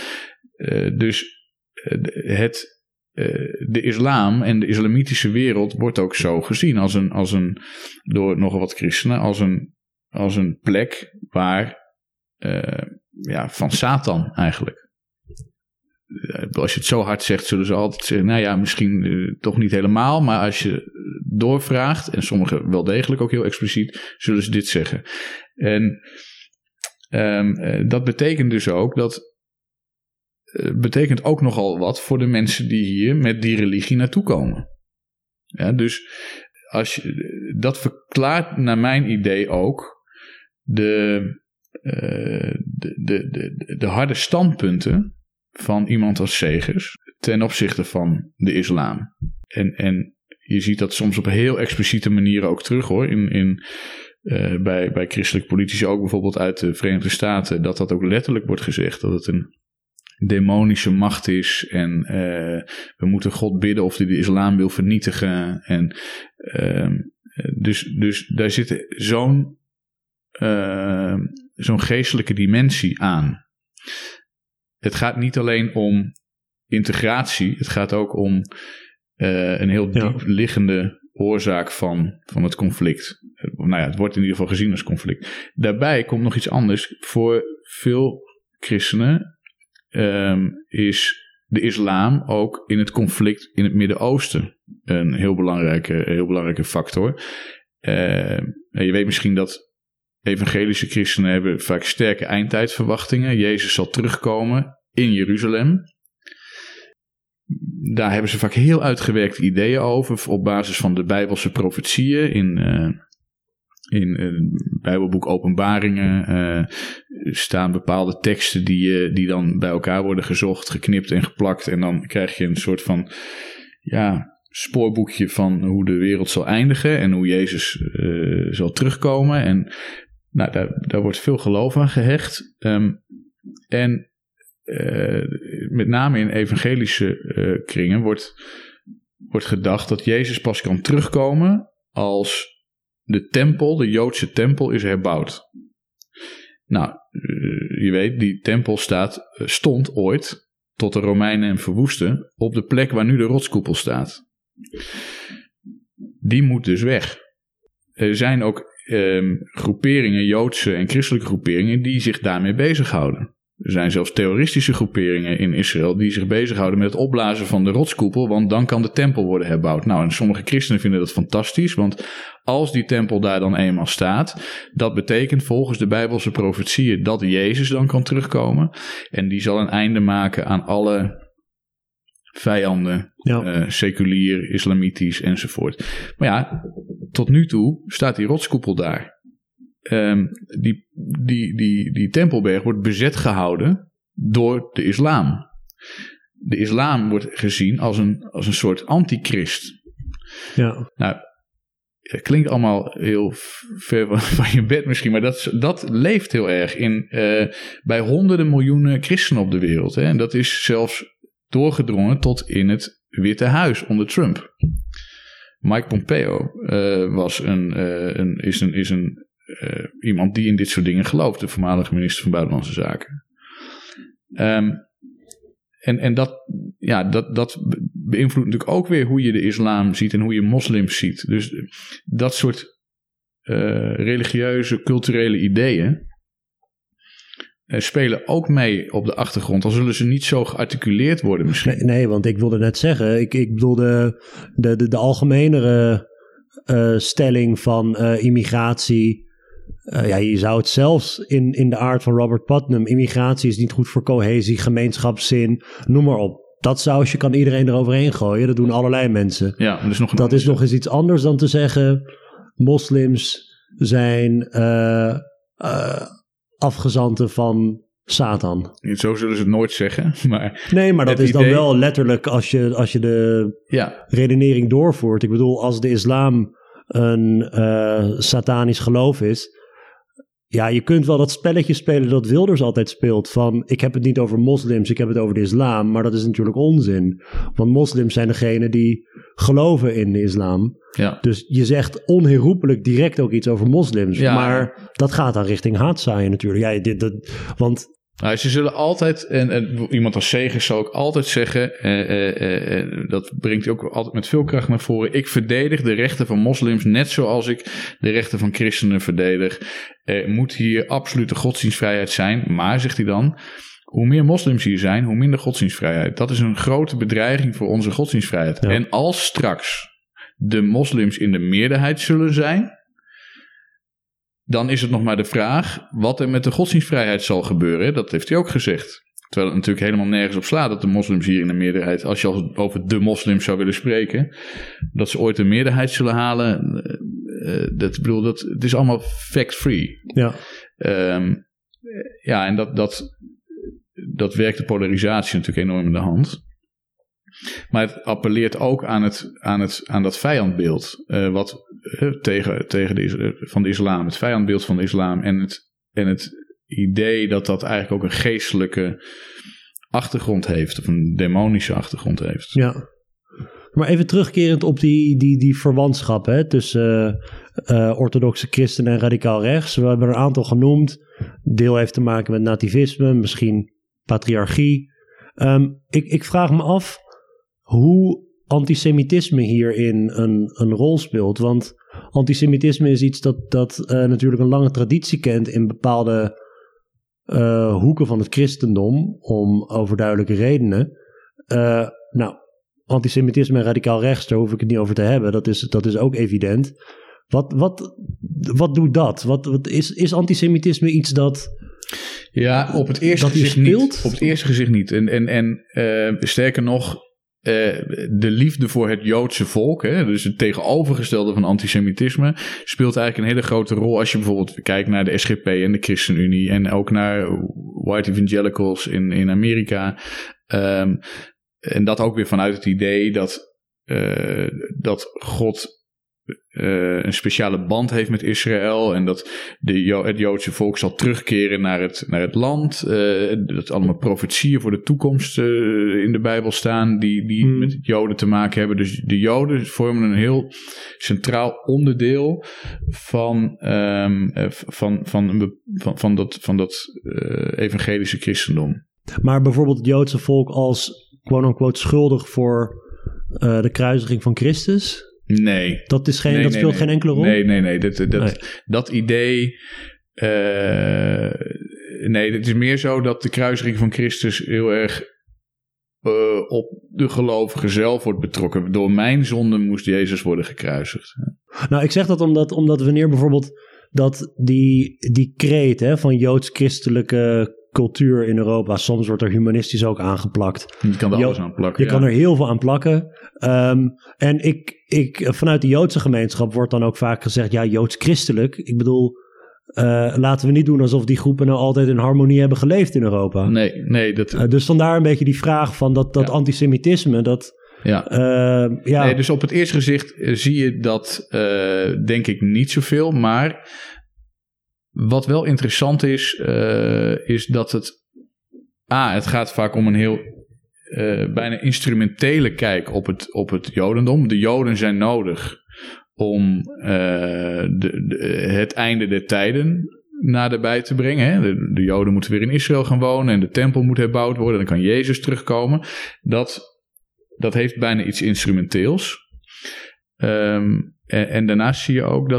De islam en de islamitische wereld wordt ook zo gezien als een door nogal wat christenen als een plek waar van Satan eigenlijk. Als je het zo hard zegt, zullen ze altijd zeggen, misschien toch niet helemaal, maar als je doorvraagt, en sommigen wel degelijk ook heel expliciet, zullen ze dit zeggen. En dat betekent dus ook betekent ook nogal wat voor de mensen die hier met die religie naartoe komen. Ja, dus dat verklaart naar mijn idee ook de harde standpunten van iemand als Segers ten opzichte van de islam. En je ziet dat soms op een heel expliciete manier ook terug, hoor, bij christelijke politici, ook bijvoorbeeld uit de Verenigde Staten, dat ook letterlijk wordt gezegd, dat het een demonische macht is en we moeten God bidden of hij de islam wil vernietigen. En dus daar zit zo'n geestelijke dimensie aan. Het gaat niet alleen om integratie, het gaat ook om een heel diep liggende oorzaak van het conflict. Het wordt in ieder geval gezien als conflict. Daarbij komt nog iets anders. Voor veel christenen is de islam ook in het conflict in het Midden-Oosten een heel belangrijke factor. Je weet misschien dat evangelische christenen hebben vaak sterke eindtijdverwachtingen. Jezus zal terugkomen in Jeruzalem. Daar hebben ze vaak heel uitgewerkte ideeën over op basis van de Bijbelse profetieën in het Bijbelboek Openbaringen staan bepaalde teksten die dan bij elkaar worden gezocht, geknipt en geplakt. En dan krijg je een soort van spoorboekje van hoe de wereld zal eindigen en hoe Jezus zal terugkomen. En daar wordt veel geloof aan gehecht. En met name in evangelische kringen wordt gedacht dat Jezus pas kan terugkomen als de Joodse tempel is herbouwd. je weet, die tempel stond ooit, tot de Romeinen hem verwoesten, op de plek waar nu de rotskoepel staat. Die moet dus weg. Er zijn ook groeperingen, Joodse en christelijke groeperingen, die zich daarmee bezighouden. Er zijn zelfs terroristische groeperingen in Israël die zich bezighouden met het opblazen van de rotskoepel, want dan kan de tempel worden herbouwd. Nou, en sommige christenen vinden dat fantastisch, want als die tempel daar dan eenmaal staat, dat betekent volgens de Bijbelse profetieën dat Jezus dan kan terugkomen. En die zal een einde maken aan alle vijanden, seculier, islamitisch enzovoort. Maar ja, tot nu toe staat die rotskoepel daar. Die tempelberg wordt bezet gehouden door de islam. De islam wordt gezien als een soort antichrist. Ja. Nou, het klinkt allemaal heel ver van je bed misschien, maar dat leeft heel erg bij honderden miljoenen christenen op de wereld. Hè? En dat is zelfs doorgedrongen tot in het Witte Huis onder Trump. Mike Pompeo is iemand die in dit soort dingen gelooft, de voormalige minister van Buitenlandse Zaken. En dat beïnvloedt natuurlijk ook weer hoe je de islam ziet en hoe je moslims ziet. Dus dat soort religieuze, culturele ideeën spelen ook mee op de achtergrond. Al zullen ze niet zo gearticuleerd worden misschien. Nee, want ik wilde net zeggen, ik bedoel de algemenere stelling van immigratie. Je zou het zelfs in de aard van Robert Putnam, immigratie is niet goed voor cohesie, gemeenschapszin, noem maar op. Dat sausje kan iedereen eroverheen gooien. Dat doen allerlei mensen. Ja, dat is nog eens iets anders dan te zeggen, moslims zijn afgezanten van Satan. Zo zullen ze het nooit zeggen. Nee, maar dat is dan wel letterlijk als je de redenering doorvoert. Ik bedoel, als de islam een satanisch geloof is. Ja, je kunt wel dat spelletje spelen dat Wilders altijd speelt. Van, ik heb het niet over moslims, ik heb het over de islam. Maar dat is natuurlijk onzin. Want moslims zijn degene die geloven in de islam. Ja. Dus je zegt onherroepelijk direct ook iets over moslims. Ja. Maar dat gaat dan richting haatzaaien natuurlijk. Ja, want... Nou, ze zullen altijd, en iemand als Segers zal ook altijd zeggen, dat brengt hij ook altijd met veel kracht naar voren, ik verdedig de rechten van moslims net zoals ik de rechten van christenen verdedig. Er moet hier absolute godsdienstvrijheid zijn, maar, zegt hij dan, hoe meer moslims hier zijn, hoe minder godsdienstvrijheid. Dat is een grote bedreiging voor onze godsdienstvrijheid. Ja. En als straks de moslims in de meerderheid zullen zijn, dan is het nog maar de vraag wat er met de godsdienstvrijheid zal gebeuren. Dat heeft hij ook gezegd. Terwijl het natuurlijk helemaal nergens op slaat dat de moslims hier in de meerderheid, als je al over de moslims zou willen spreken, dat ze ooit een meerderheid zullen halen. Het is allemaal fact-free. Ja. En dat werkt de polarisatie natuurlijk enorm in de hand. Maar het appelleert ook aan dat vijandbeeld van de islam. Het vijandbeeld van de islam en het idee dat eigenlijk ook een geestelijke achtergrond heeft. Of een demonische achtergrond heeft. Ja. Maar even terugkerend op die verwantschap tussen orthodoxe christenen en radicaal rechts. We hebben er een aantal genoemd. Deel heeft te maken met nativisme, misschien patriarchie. Ik vraag me af hoe antisemitisme hierin een rol speelt. Want antisemitisme is iets dat natuurlijk een lange traditie kent in bepaalde hoeken van het christendom, om overduidelijke redenen. Antisemitisme en radicaal rechts, daar hoef ik het niet over te hebben. Dat is ook evident. Wat doet dat? Wat is antisemitisme iets dat... Ja, op het eerste gezicht niet. Op het eerste gezicht niet. En sterker nog, de liefde voor het Joodse volk, dus het tegenovergestelde van antisemitisme, speelt eigenlijk een hele grote rol als je bijvoorbeeld kijkt naar de SGP en de ChristenUnie en ook naar white evangelicals in Amerika. En dat ook weer vanuit het idee dat God een speciale band heeft met Israël en dat het Joodse volk zal terugkeren naar het land. Dat allemaal profetieën voor de toekomst in de Bijbel staan die met Joden te maken hebben. Dus de Joden vormen een heel centraal onderdeel van dat evangelische christendom. Maar bijvoorbeeld het Joodse volk als quote-unquote schuldig voor de kruisiging van Christus? Nee. Dat speelt geen enkele rol? Nee. Dat idee... nee, het is meer zo dat de kruisiging van Christus heel erg op de gelovige zelf wordt betrokken. Door mijn zonde moest Jezus worden gekruisigd. Nou, ik zeg dat omdat wanneer bijvoorbeeld dat die kreet van joods-christelijke cultuur in Europa, soms wordt er humanistisch ook aangeplakt. Je kan er alles aan plakken. Je kan er heel veel aan plakken. En ik vanuit de Joodse gemeenschap wordt dan ook vaak gezegd, ja, joods-christelijk. Ik bedoel, laten we niet doen alsof die groepen nou altijd in harmonie hebben geleefd in Europa. Nee. Dus vandaar een beetje die vraag van dat antisemitisme, dat... Nee, dus op het eerste gezicht zie je dat denk ik niet zoveel, maar wat wel interessant is dat het gaat vaak om een heel bijna instrumentele kijk op het Jodendom. De Joden zijn nodig om het einde der tijden naderbij te brengen. Hè. De Joden moeten weer in Israël gaan wonen en de tempel moet herbouwd worden. Dan kan Jezus terugkomen. Dat heeft bijna iets instrumenteels. En daarnaast zie je ook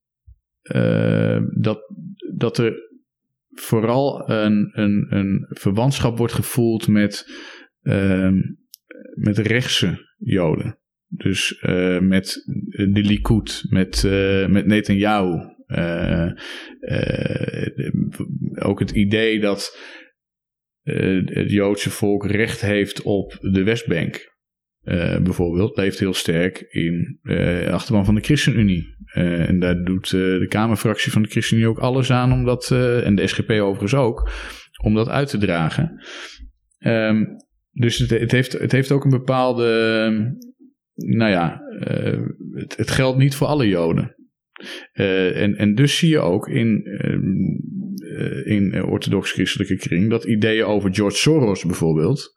dat er vooral een verwantschap wordt gevoeld met rechtse Joden. Dus met de Likud, met Netanyahu. Ook het idee dat het Joodse volk recht heeft op de Westbank. Bijvoorbeeld, leeft heel sterk in de achterban van de ChristenUnie. En daar doet de Kamerfractie van de ChristenUnie ook alles aan om dat, en de SGP overigens ook, om dat uit te dragen. Dus het heeft ook een bepaalde, het geldt niet voor alle Joden. En dus zie je ook in orthodox-christelijke kring dat ideeën over George Soros bijvoorbeeld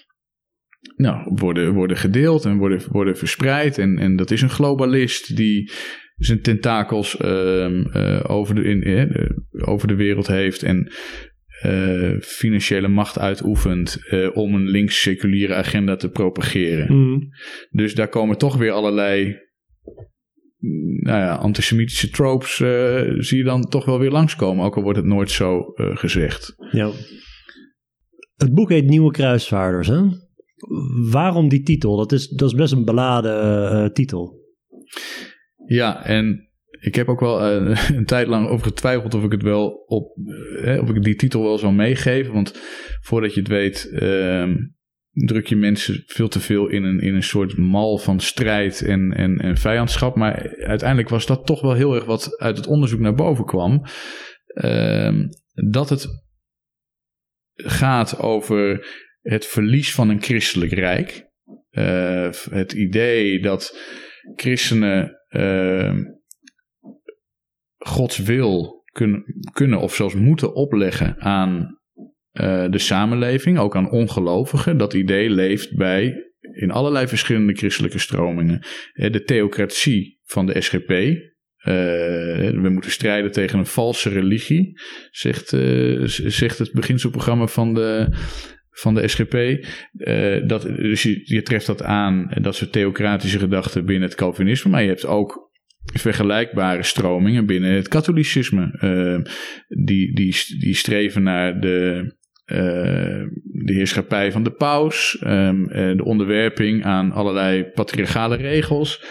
worden gedeeld en worden verspreid. En dat is een globalist die zijn tentakels over de wereld heeft en financiële macht uitoefent om een links-seculiere agenda te propageren. Dus daar komen toch weer allerlei antisemitische tropes zie je dan toch wel weer langskomen, ook al wordt het nooit zo gezegd. Ja. Het boek heet Nieuwe Kruisvaarders, hè? Waarom die titel? Dat is best een beladen titel. Ja, en ik heb ook wel een tijd lang over getwijfeld of ik het wel of ik die titel wel zou meegeven. Want voordat je het weet, druk je mensen veel te veel in een soort mal van strijd en vijandschap. Maar uiteindelijk was dat toch wel heel erg wat uit het onderzoek naar boven kwam. Dat het gaat over het verlies van een christelijk rijk. Het idee dat christenen Gods wil kunnen of zelfs moeten opleggen aan de samenleving, ook aan ongelovigen. Dat idee leeft in allerlei verschillende christelijke stromingen. De theocratie van de SGP. We moeten strijden tegen een valse religie, zegt het beginselprogramma van de SGP. Dus je treft dat aan, dat soort theocratische gedachten binnen het Calvinisme, maar je hebt ook vergelijkbare stromingen binnen het katholicisme, die streven naar de heerschappij van de paus, de onderwerping aan allerlei patriarchale regels,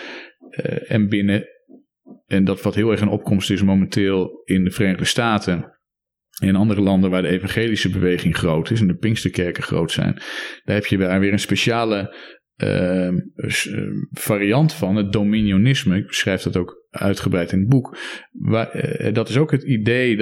en dat wat heel erg een opkomst is momenteel in de Verenigde Staten en in andere landen waar de evangelische beweging groot is en de Pinksterkerken groot zijn, daar heb je weer een speciale variant van, het dominionisme. Ik beschrijf dat ook uitgebreid in het boek. Dat is ook het idee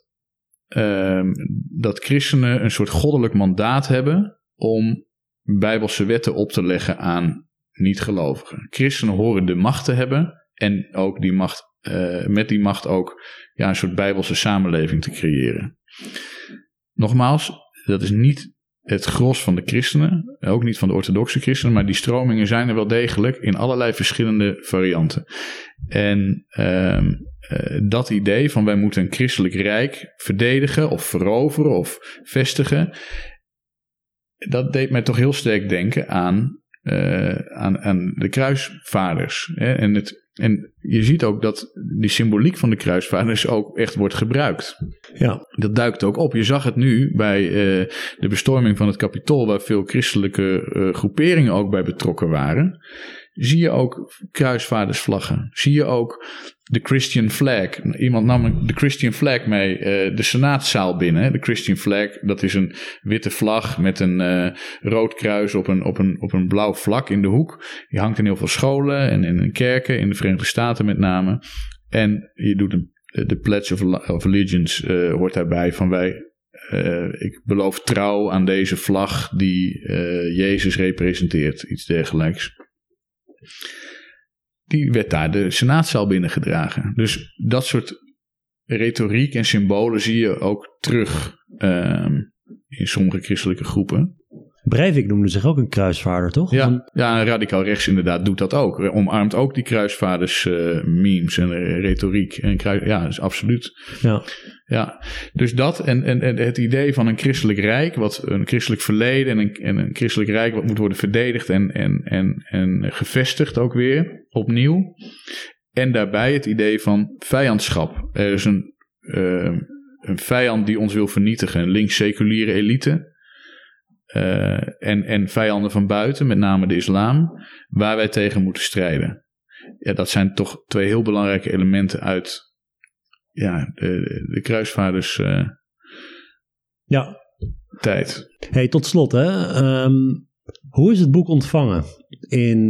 dat christenen een soort goddelijk mandaat hebben om bijbelse wetten op te leggen aan niet-gelovigen. Christenen horen de macht te hebben En ook die macht, met die macht ook een soort bijbelse samenleving te creëren. Nogmaals, dat is niet het gros van de christenen, ook niet van de orthodoxe christenen, maar die stromingen zijn er wel degelijk in allerlei verschillende varianten. En dat idee van wij moeten een christelijk rijk verdedigen of veroveren of vestigen, dat deed mij toch heel sterk denken aan de kruisvaarders. Hè? En je ziet ook dat die symboliek van de kruisvaarders ook echt wordt gebruikt. Ja. Dat duikt ook op. Je zag het nu bij de bestorming van het Capitool, waar veel christelijke groeperingen ook bij betrokken waren. Zie je ook kruisvaardersvlaggen. Zie je ook de Christian flag. Iemand nam de Christian flag mee de senaatzaal binnen. De Christian flag, dat is een witte vlag met een rood kruis op een blauw vlak in de hoek. Die hangt in heel veel scholen en in kerken, in de Verenigde Staten met name. En je doet de Pledge of Allegiance hoort daarbij van ik beloof trouw aan deze vlag die Jezus representeert. Iets dergelijks. Die werd daar de senaatzaal binnengedragen. Dus dat soort retoriek en symbolen zie je ook terug in sommige christelijke groepen. Breivik noemde zich ook een kruisvaarder, toch? Ja, radicaal rechts inderdaad doet dat ook. Omarmt ook die kruisvaarders memes en retoriek. Ja, is absoluut. Ja, dus dat en het idee van een christelijk rijk, wat een christelijk verleden en een christelijk rijk wat moet worden verdedigd en gevestigd ook weer, opnieuw. En daarbij het idee van vijandschap. Er is een vijand die ons wil vernietigen, een links-seculiere elite. En vijanden van buiten, met name de islam, waar wij tegen moeten strijden. Ja, dat zijn toch twee heel belangrijke elementen uit de kruisvaarders tijd. Hey, tot slot, hè. Hoe is het boek ontvangen in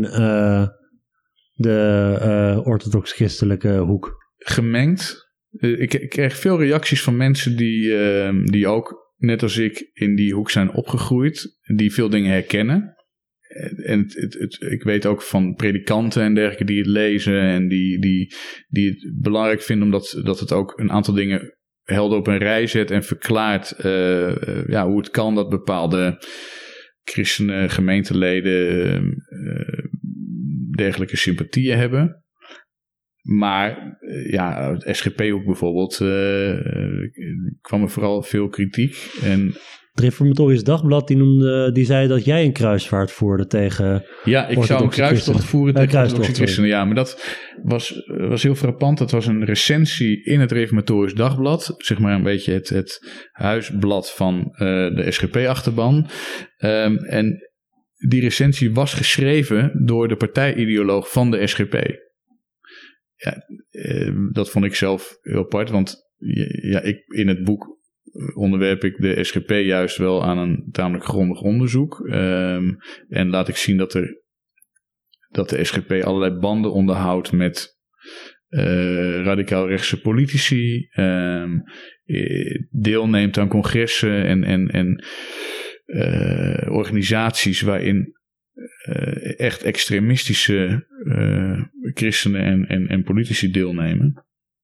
de orthodox-christelijke hoek? Gemengd. Ik kreeg veel reacties van mensen die ook, net als ik, in die hoek zijn opgegroeid, die veel dingen herkennen. En ik weet ook van predikanten en dergelijke die het lezen en die het belangrijk vinden, omdat het ook een aantal dingen helder op een rij zet en verklaart hoe het kan dat bepaalde christenen, gemeenteleden dergelijke sympathieën hebben. Maar het SGP-hoek bijvoorbeeld kwam er vooral veel kritiek. En het Reformatorisch Dagblad die zei dat jij een kruisvaart voerde tegen. Ja, ik zou een kruistocht voeren tegen orthodoxe christenen. Ja, maar dat was heel frappant. Dat was een recensie in het Reformatorisch Dagblad. Zeg maar een beetje het huisblad van de SGP-achterban. En die recensie was geschreven door de partijideoloog van de SGP. Ja, dat vond ik zelf heel apart, want in het boek onderwerp ik de SGP juist wel aan een tamelijk grondig onderzoek. En laat ik zien dat de SGP allerlei banden onderhoudt met radicaal rechtse politici, deelneemt aan congressen en organisaties waarin echt extremistische christenen en politici deelnemen.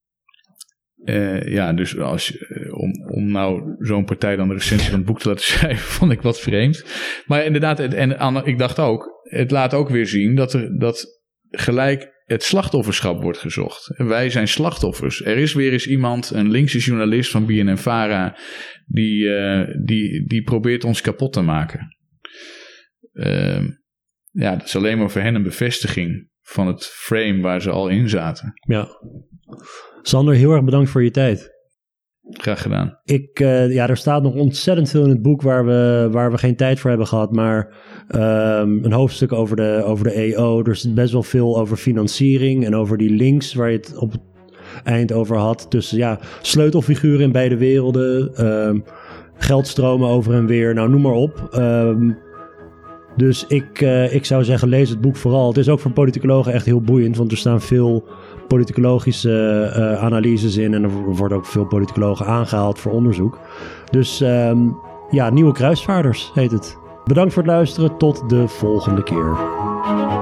Dus om nou zo'n partij dan de recensie van het boek te laten schrijven, vond ik wat vreemd. Maar inderdaad, en ik dacht ook, het laat ook weer zien dat gelijk het slachtofferschap wordt gezocht. Wij zijn slachtoffers. Er is weer eens iemand, een linkse journalist van BNNVARA, die probeert ons kapot te maken. Dat is alleen maar voor hen een bevestiging van het frame waar ze al in zaten. Ja. Sander, heel erg bedankt voor je tijd. Graag gedaan. Er staat nog ontzettend veel in het boek waar we geen tijd voor hebben gehad, maar een hoofdstuk over de EO. Er zit best wel veel over financiering en over die links waar je het op het eind over had. Tussen sleutelfiguren in beide werelden, geldstromen over en weer, nou noem maar op. Dus ik zou zeggen, lees het boek vooral. Het is ook voor politicologen echt heel boeiend, want er staan veel politicologische analyses in en er worden ook veel politicologen aangehaald voor onderzoek. Dus Nieuwe Kruisvaarders heet het. Bedankt voor het luisteren, tot de volgende keer.